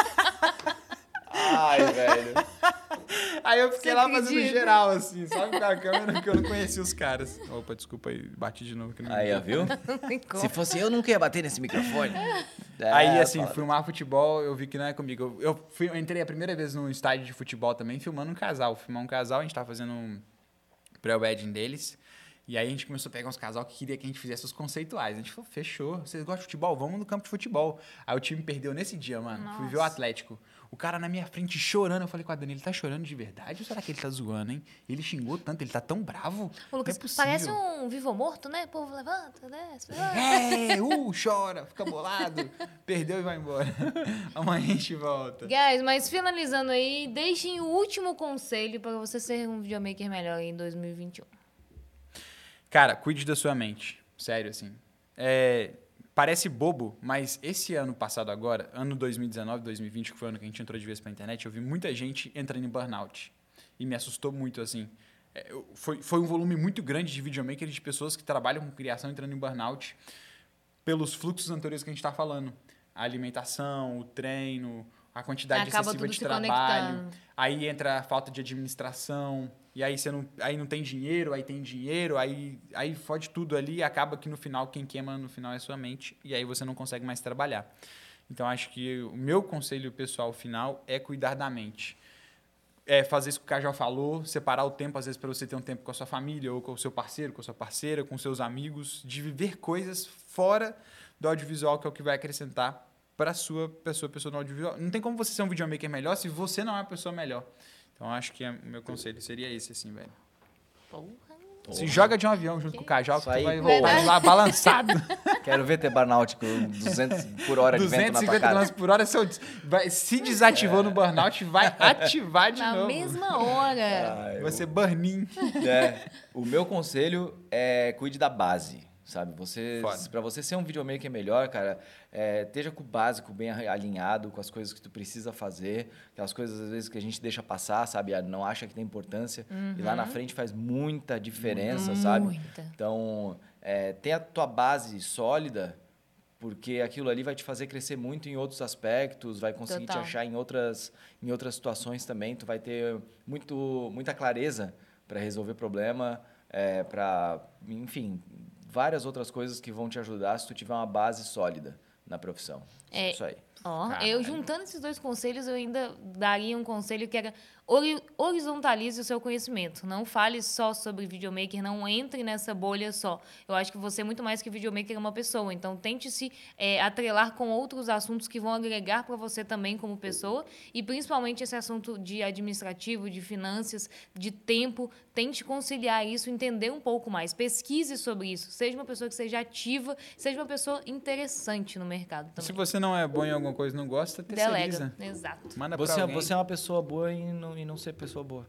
Ai, velho. Aí eu fiquei Você lá fazendo acredita? geral, assim, só com a câmera, porque eu não conhecia os caras. Opa, desculpa aí, bati de novo. Que não Aí, ó, viu? Não tem como. Se fosse eu, nunca ia bater nesse microfone. É, Aí, assim, fala. filmar futebol, eu vi que não é comigo. Eu, eu, fui- eu entrei a primeira vez num estádio de futebol também, filmando um casal. Filmar um casal, a gente tava fazendo um pré-wedding deles. E aí a gente começou a pegar uns casal que queria que a gente fizesse os conceituais. A gente falou, fechou, vocês gostam de futebol? Vamos no campo de futebol. Aí o time perdeu nesse dia, mano. Fui ver o Nossa. Atlético. O cara na minha frente chorando. Eu falei com a Dani, ele tá chorando de verdade ou será que ele tá zoando, hein? Ele xingou tanto, ele tá tão bravo. O Lucas, não é possível. parece um vivo ou morto, né? O povo levanta, desce. ah. É, uh, chora, fica bolado. Perdeu e vai embora. Amanhã a gente volta. Guys, mas finalizando aí, deixem o último conselho para você ser um videomaker melhor em dois mil e vinte e um. Cara, cuide da sua mente. Sério, assim. É, parece bobo, mas esse ano passado agora, ano dois mil e dezenove, dois mil e vinte, que foi o ano que a gente entrou de vez pra internet, eu vi muita gente entrando em burnout. E me assustou muito, assim. É, eu- foi, foi um volume muito grande de videomakers, de pessoas que trabalham com criação entrando em burnout pelos fluxos anteriores que a gente tá falando. A alimentação, o treino, a quantidade Acaba excessiva tudo de se trabalho. conectando. Aí entra a falta de administração, e aí você não, aí não tem dinheiro, aí tem dinheiro, aí, aí fode tudo ali e acaba que no final, quem queima no final é sua mente, e aí você não consegue mais trabalhar. Então, acho que o meu conselho pessoal final é cuidar da mente. É fazer isso que o Cajal falou, separar o tempo, às vezes, para você ter um tempo com a sua família, ou com o seu parceiro, com a sua parceira, com seus amigos, de viver coisas fora do audiovisual, que é o que vai acrescentar para a sua pessoa, pessoa no audiovisual. Não tem como você ser um videomaker melhor se você não é uma pessoa melhor. Então, acho que é- o meu conselho seria esse, assim, velho. Porra. Se joga de um avião junto com o Cajal, que Isso tu aí, vai boa. voltar lá balançado. Quero ver ter burnout com duzentos por hora de vento duzentos e na tua cinquenta cara. quilômetros por hora, seu, vai, se desativou no burnout, vai ativar de Na novo. mesma hora. Ah, eu- Você burn-in. É, o meu conselho é cuide da base, sabe? Você, Foda. para você ser um videomaker melhor, cara, é, esteja com o básico bem alinhado, com as coisas que tu precisa fazer, aquelas coisas às vezes que a gente deixa passar, sabe? Não acha que tem importância e lá na frente faz muita diferença, sabe? Muita. Então, é, ter a tua base sólida, porque aquilo ali vai te fazer crescer muito em outros aspectos, vai conseguir Total. te achar em outras, em outras situações também, tu vai ter muito, muita clareza para resolver problema, é, para, enfim, várias outras coisas que vão te ajudar se tu tiver uma base sólida na profissão. É, Isso aí. Ó, Caralho. eu juntando esses dois conselhos, eu ainda daria um conselho que era ori- horizontalize o seu conhecimento. Não fale só sobre videomaker, não entre nessa bolha só. Eu acho que você, muito mais que videomaker, é uma pessoa. Então, tente se é, atrelar com outros assuntos que vão agregar para você também como pessoa. E, principalmente, esse assunto de administrativo, de finanças, de tempo. Tente conciliar isso, entender um pouco mais. Pesquise sobre isso. Seja uma pessoa que seja ativa, seja uma pessoa interessante no mercado também. Se você não é bom em alguma alguma coisa e não gosta, Delega. terceiriza. Exato. Manda Você, pra é- alguém. você é uma pessoa boa e não, e não ser pessoa boa.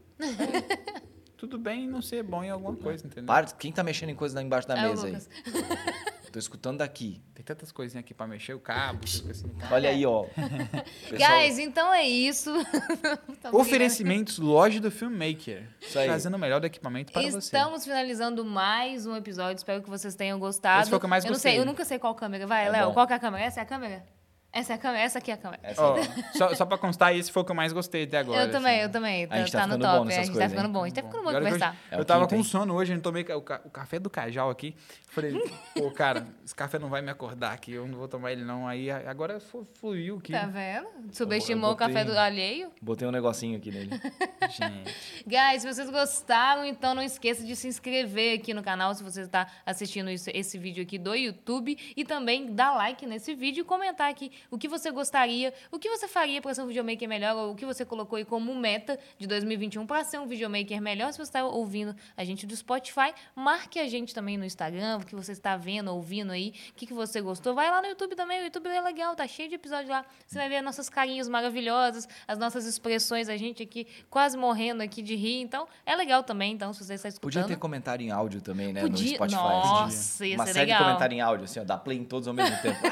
Tudo bem não ser bom em alguma coisa, entendeu? Para, quem tá mexendo em coisa lá embaixo da É o mesa aí? Lucas. Tô escutando daqui. Tem tantas coisinhas aqui pra mexer, o cabo, fica assim, cara. Olha aí, ó. Pessoal, Guys, então é isso. Tá bom, Oferecimentos Loja do Filmmaker. Isso aí. Trazendo o melhor do equipamento para você. Estamos finalizando mais um episódio. Espero que vocês tenham gostado. Esse foi o que eu mais eu não sei, gostei. eu nunca sei qual câmera. Vai, É Léo, bom. qual que é a câmera? Essa é a câmera? Essa é a câmera? Essa aqui é a câmera. essa- Ó, só, só pra constar, esse foi o que eu mais gostei até agora. eu também, assim. eu também. A gente Tá, tá tá no ficando bom top. nessas é, a gente tá coisas, ficando hein? bom. A gente tá ficando bom E olha que conversar. hoje É eu o tava quinto, com hein? sono hoje, eu não tomei ca- o, ca- o café do Cajal aqui. Falei, pô, cara, esse café não vai me acordar aqui, eu não vou tomar ele não. Aí a- agora fu- fluiu aqui. Tá vendo? Subestimou eu o café botei- do alheio. Botei um negocinho aqui nele. Gente. Guys, se vocês gostaram, então não esqueça de se inscrever aqui no canal se você está assistindo isso- esse vídeo aqui do YouTube e também dar like nesse vídeo e comentar aqui o que você gostaria, o que você faria para ser um videomaker melhor ou o que você colocou aí como meta de dois mil e vinte e um para ser um videomaker melhor. Se você está ouvindo a gente do Spotify, marque a gente também no Instagram, o que você está vendo, ouvindo aí, o que, que você gostou. Vai lá no YouTube também, o YouTube é legal, tá cheio de episódios lá. Você vai ver nossas carinhas maravilhosas, as nossas expressões, a gente aqui quase morrendo aqui de rir. Então, é legal também, então, se você está escutando. Podia ter comentário em áudio também, né? Podia- No Spotify. Nossa, ia Uma ser série legal. de comentário em áudio, assim, ó. Dá play em todos ao mesmo tempo.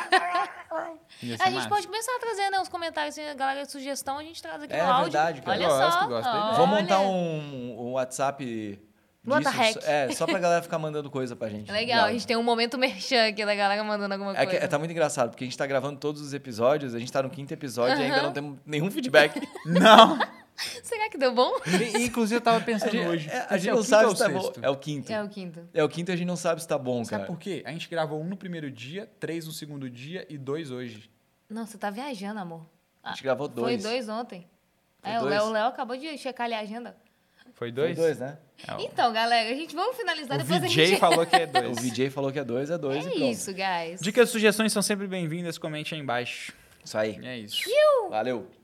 Ia ser A gente massa. pode começar a trazer, né, os comentários, assim, a galera de sugestão, a gente traz aqui É no áudio. verdade, cara. Olha Gosto, só. gosto da ideia. Vamos olha. montar um, um WhatsApp What the disso. heck? É, só pra galera ficar mandando coisa pra gente. É legal, a gente tem um momento merchan aqui da galera mandando alguma É coisa. que tá muito engraçado, porque a gente tá gravando todos os episódios, a gente tá no quinto episódio e ainda não temos nenhum feedback. Não! Será que deu bom? E- Inclusive, eu tava A pensando gente, hoje. é, a esse gente é o não quinto sabe ou se tá bom. sexto? É o quinto. É o quinto. É o quinto e a gente não sabe se tá bom, Sabe cara. por quê? A gente gravou um no primeiro dia, três no segundo dia e dois hoje. Não, você tá viajando, amor. A gente gravou Foi dois. dois ontem. Foi é, o dois? Léo, o Léo acabou de checar ali a agenda. Foi Foi dois? dois, né? É, o- Então, galera, a gente vamos finalizar o depois V a J gente... falou que é dois. O V J falou que é dois, é dois e É pronto. isso, guys. Dicas e sugestões são sempre bem-vindas, comente aí embaixo. Isso aí. E é isso. Valeu.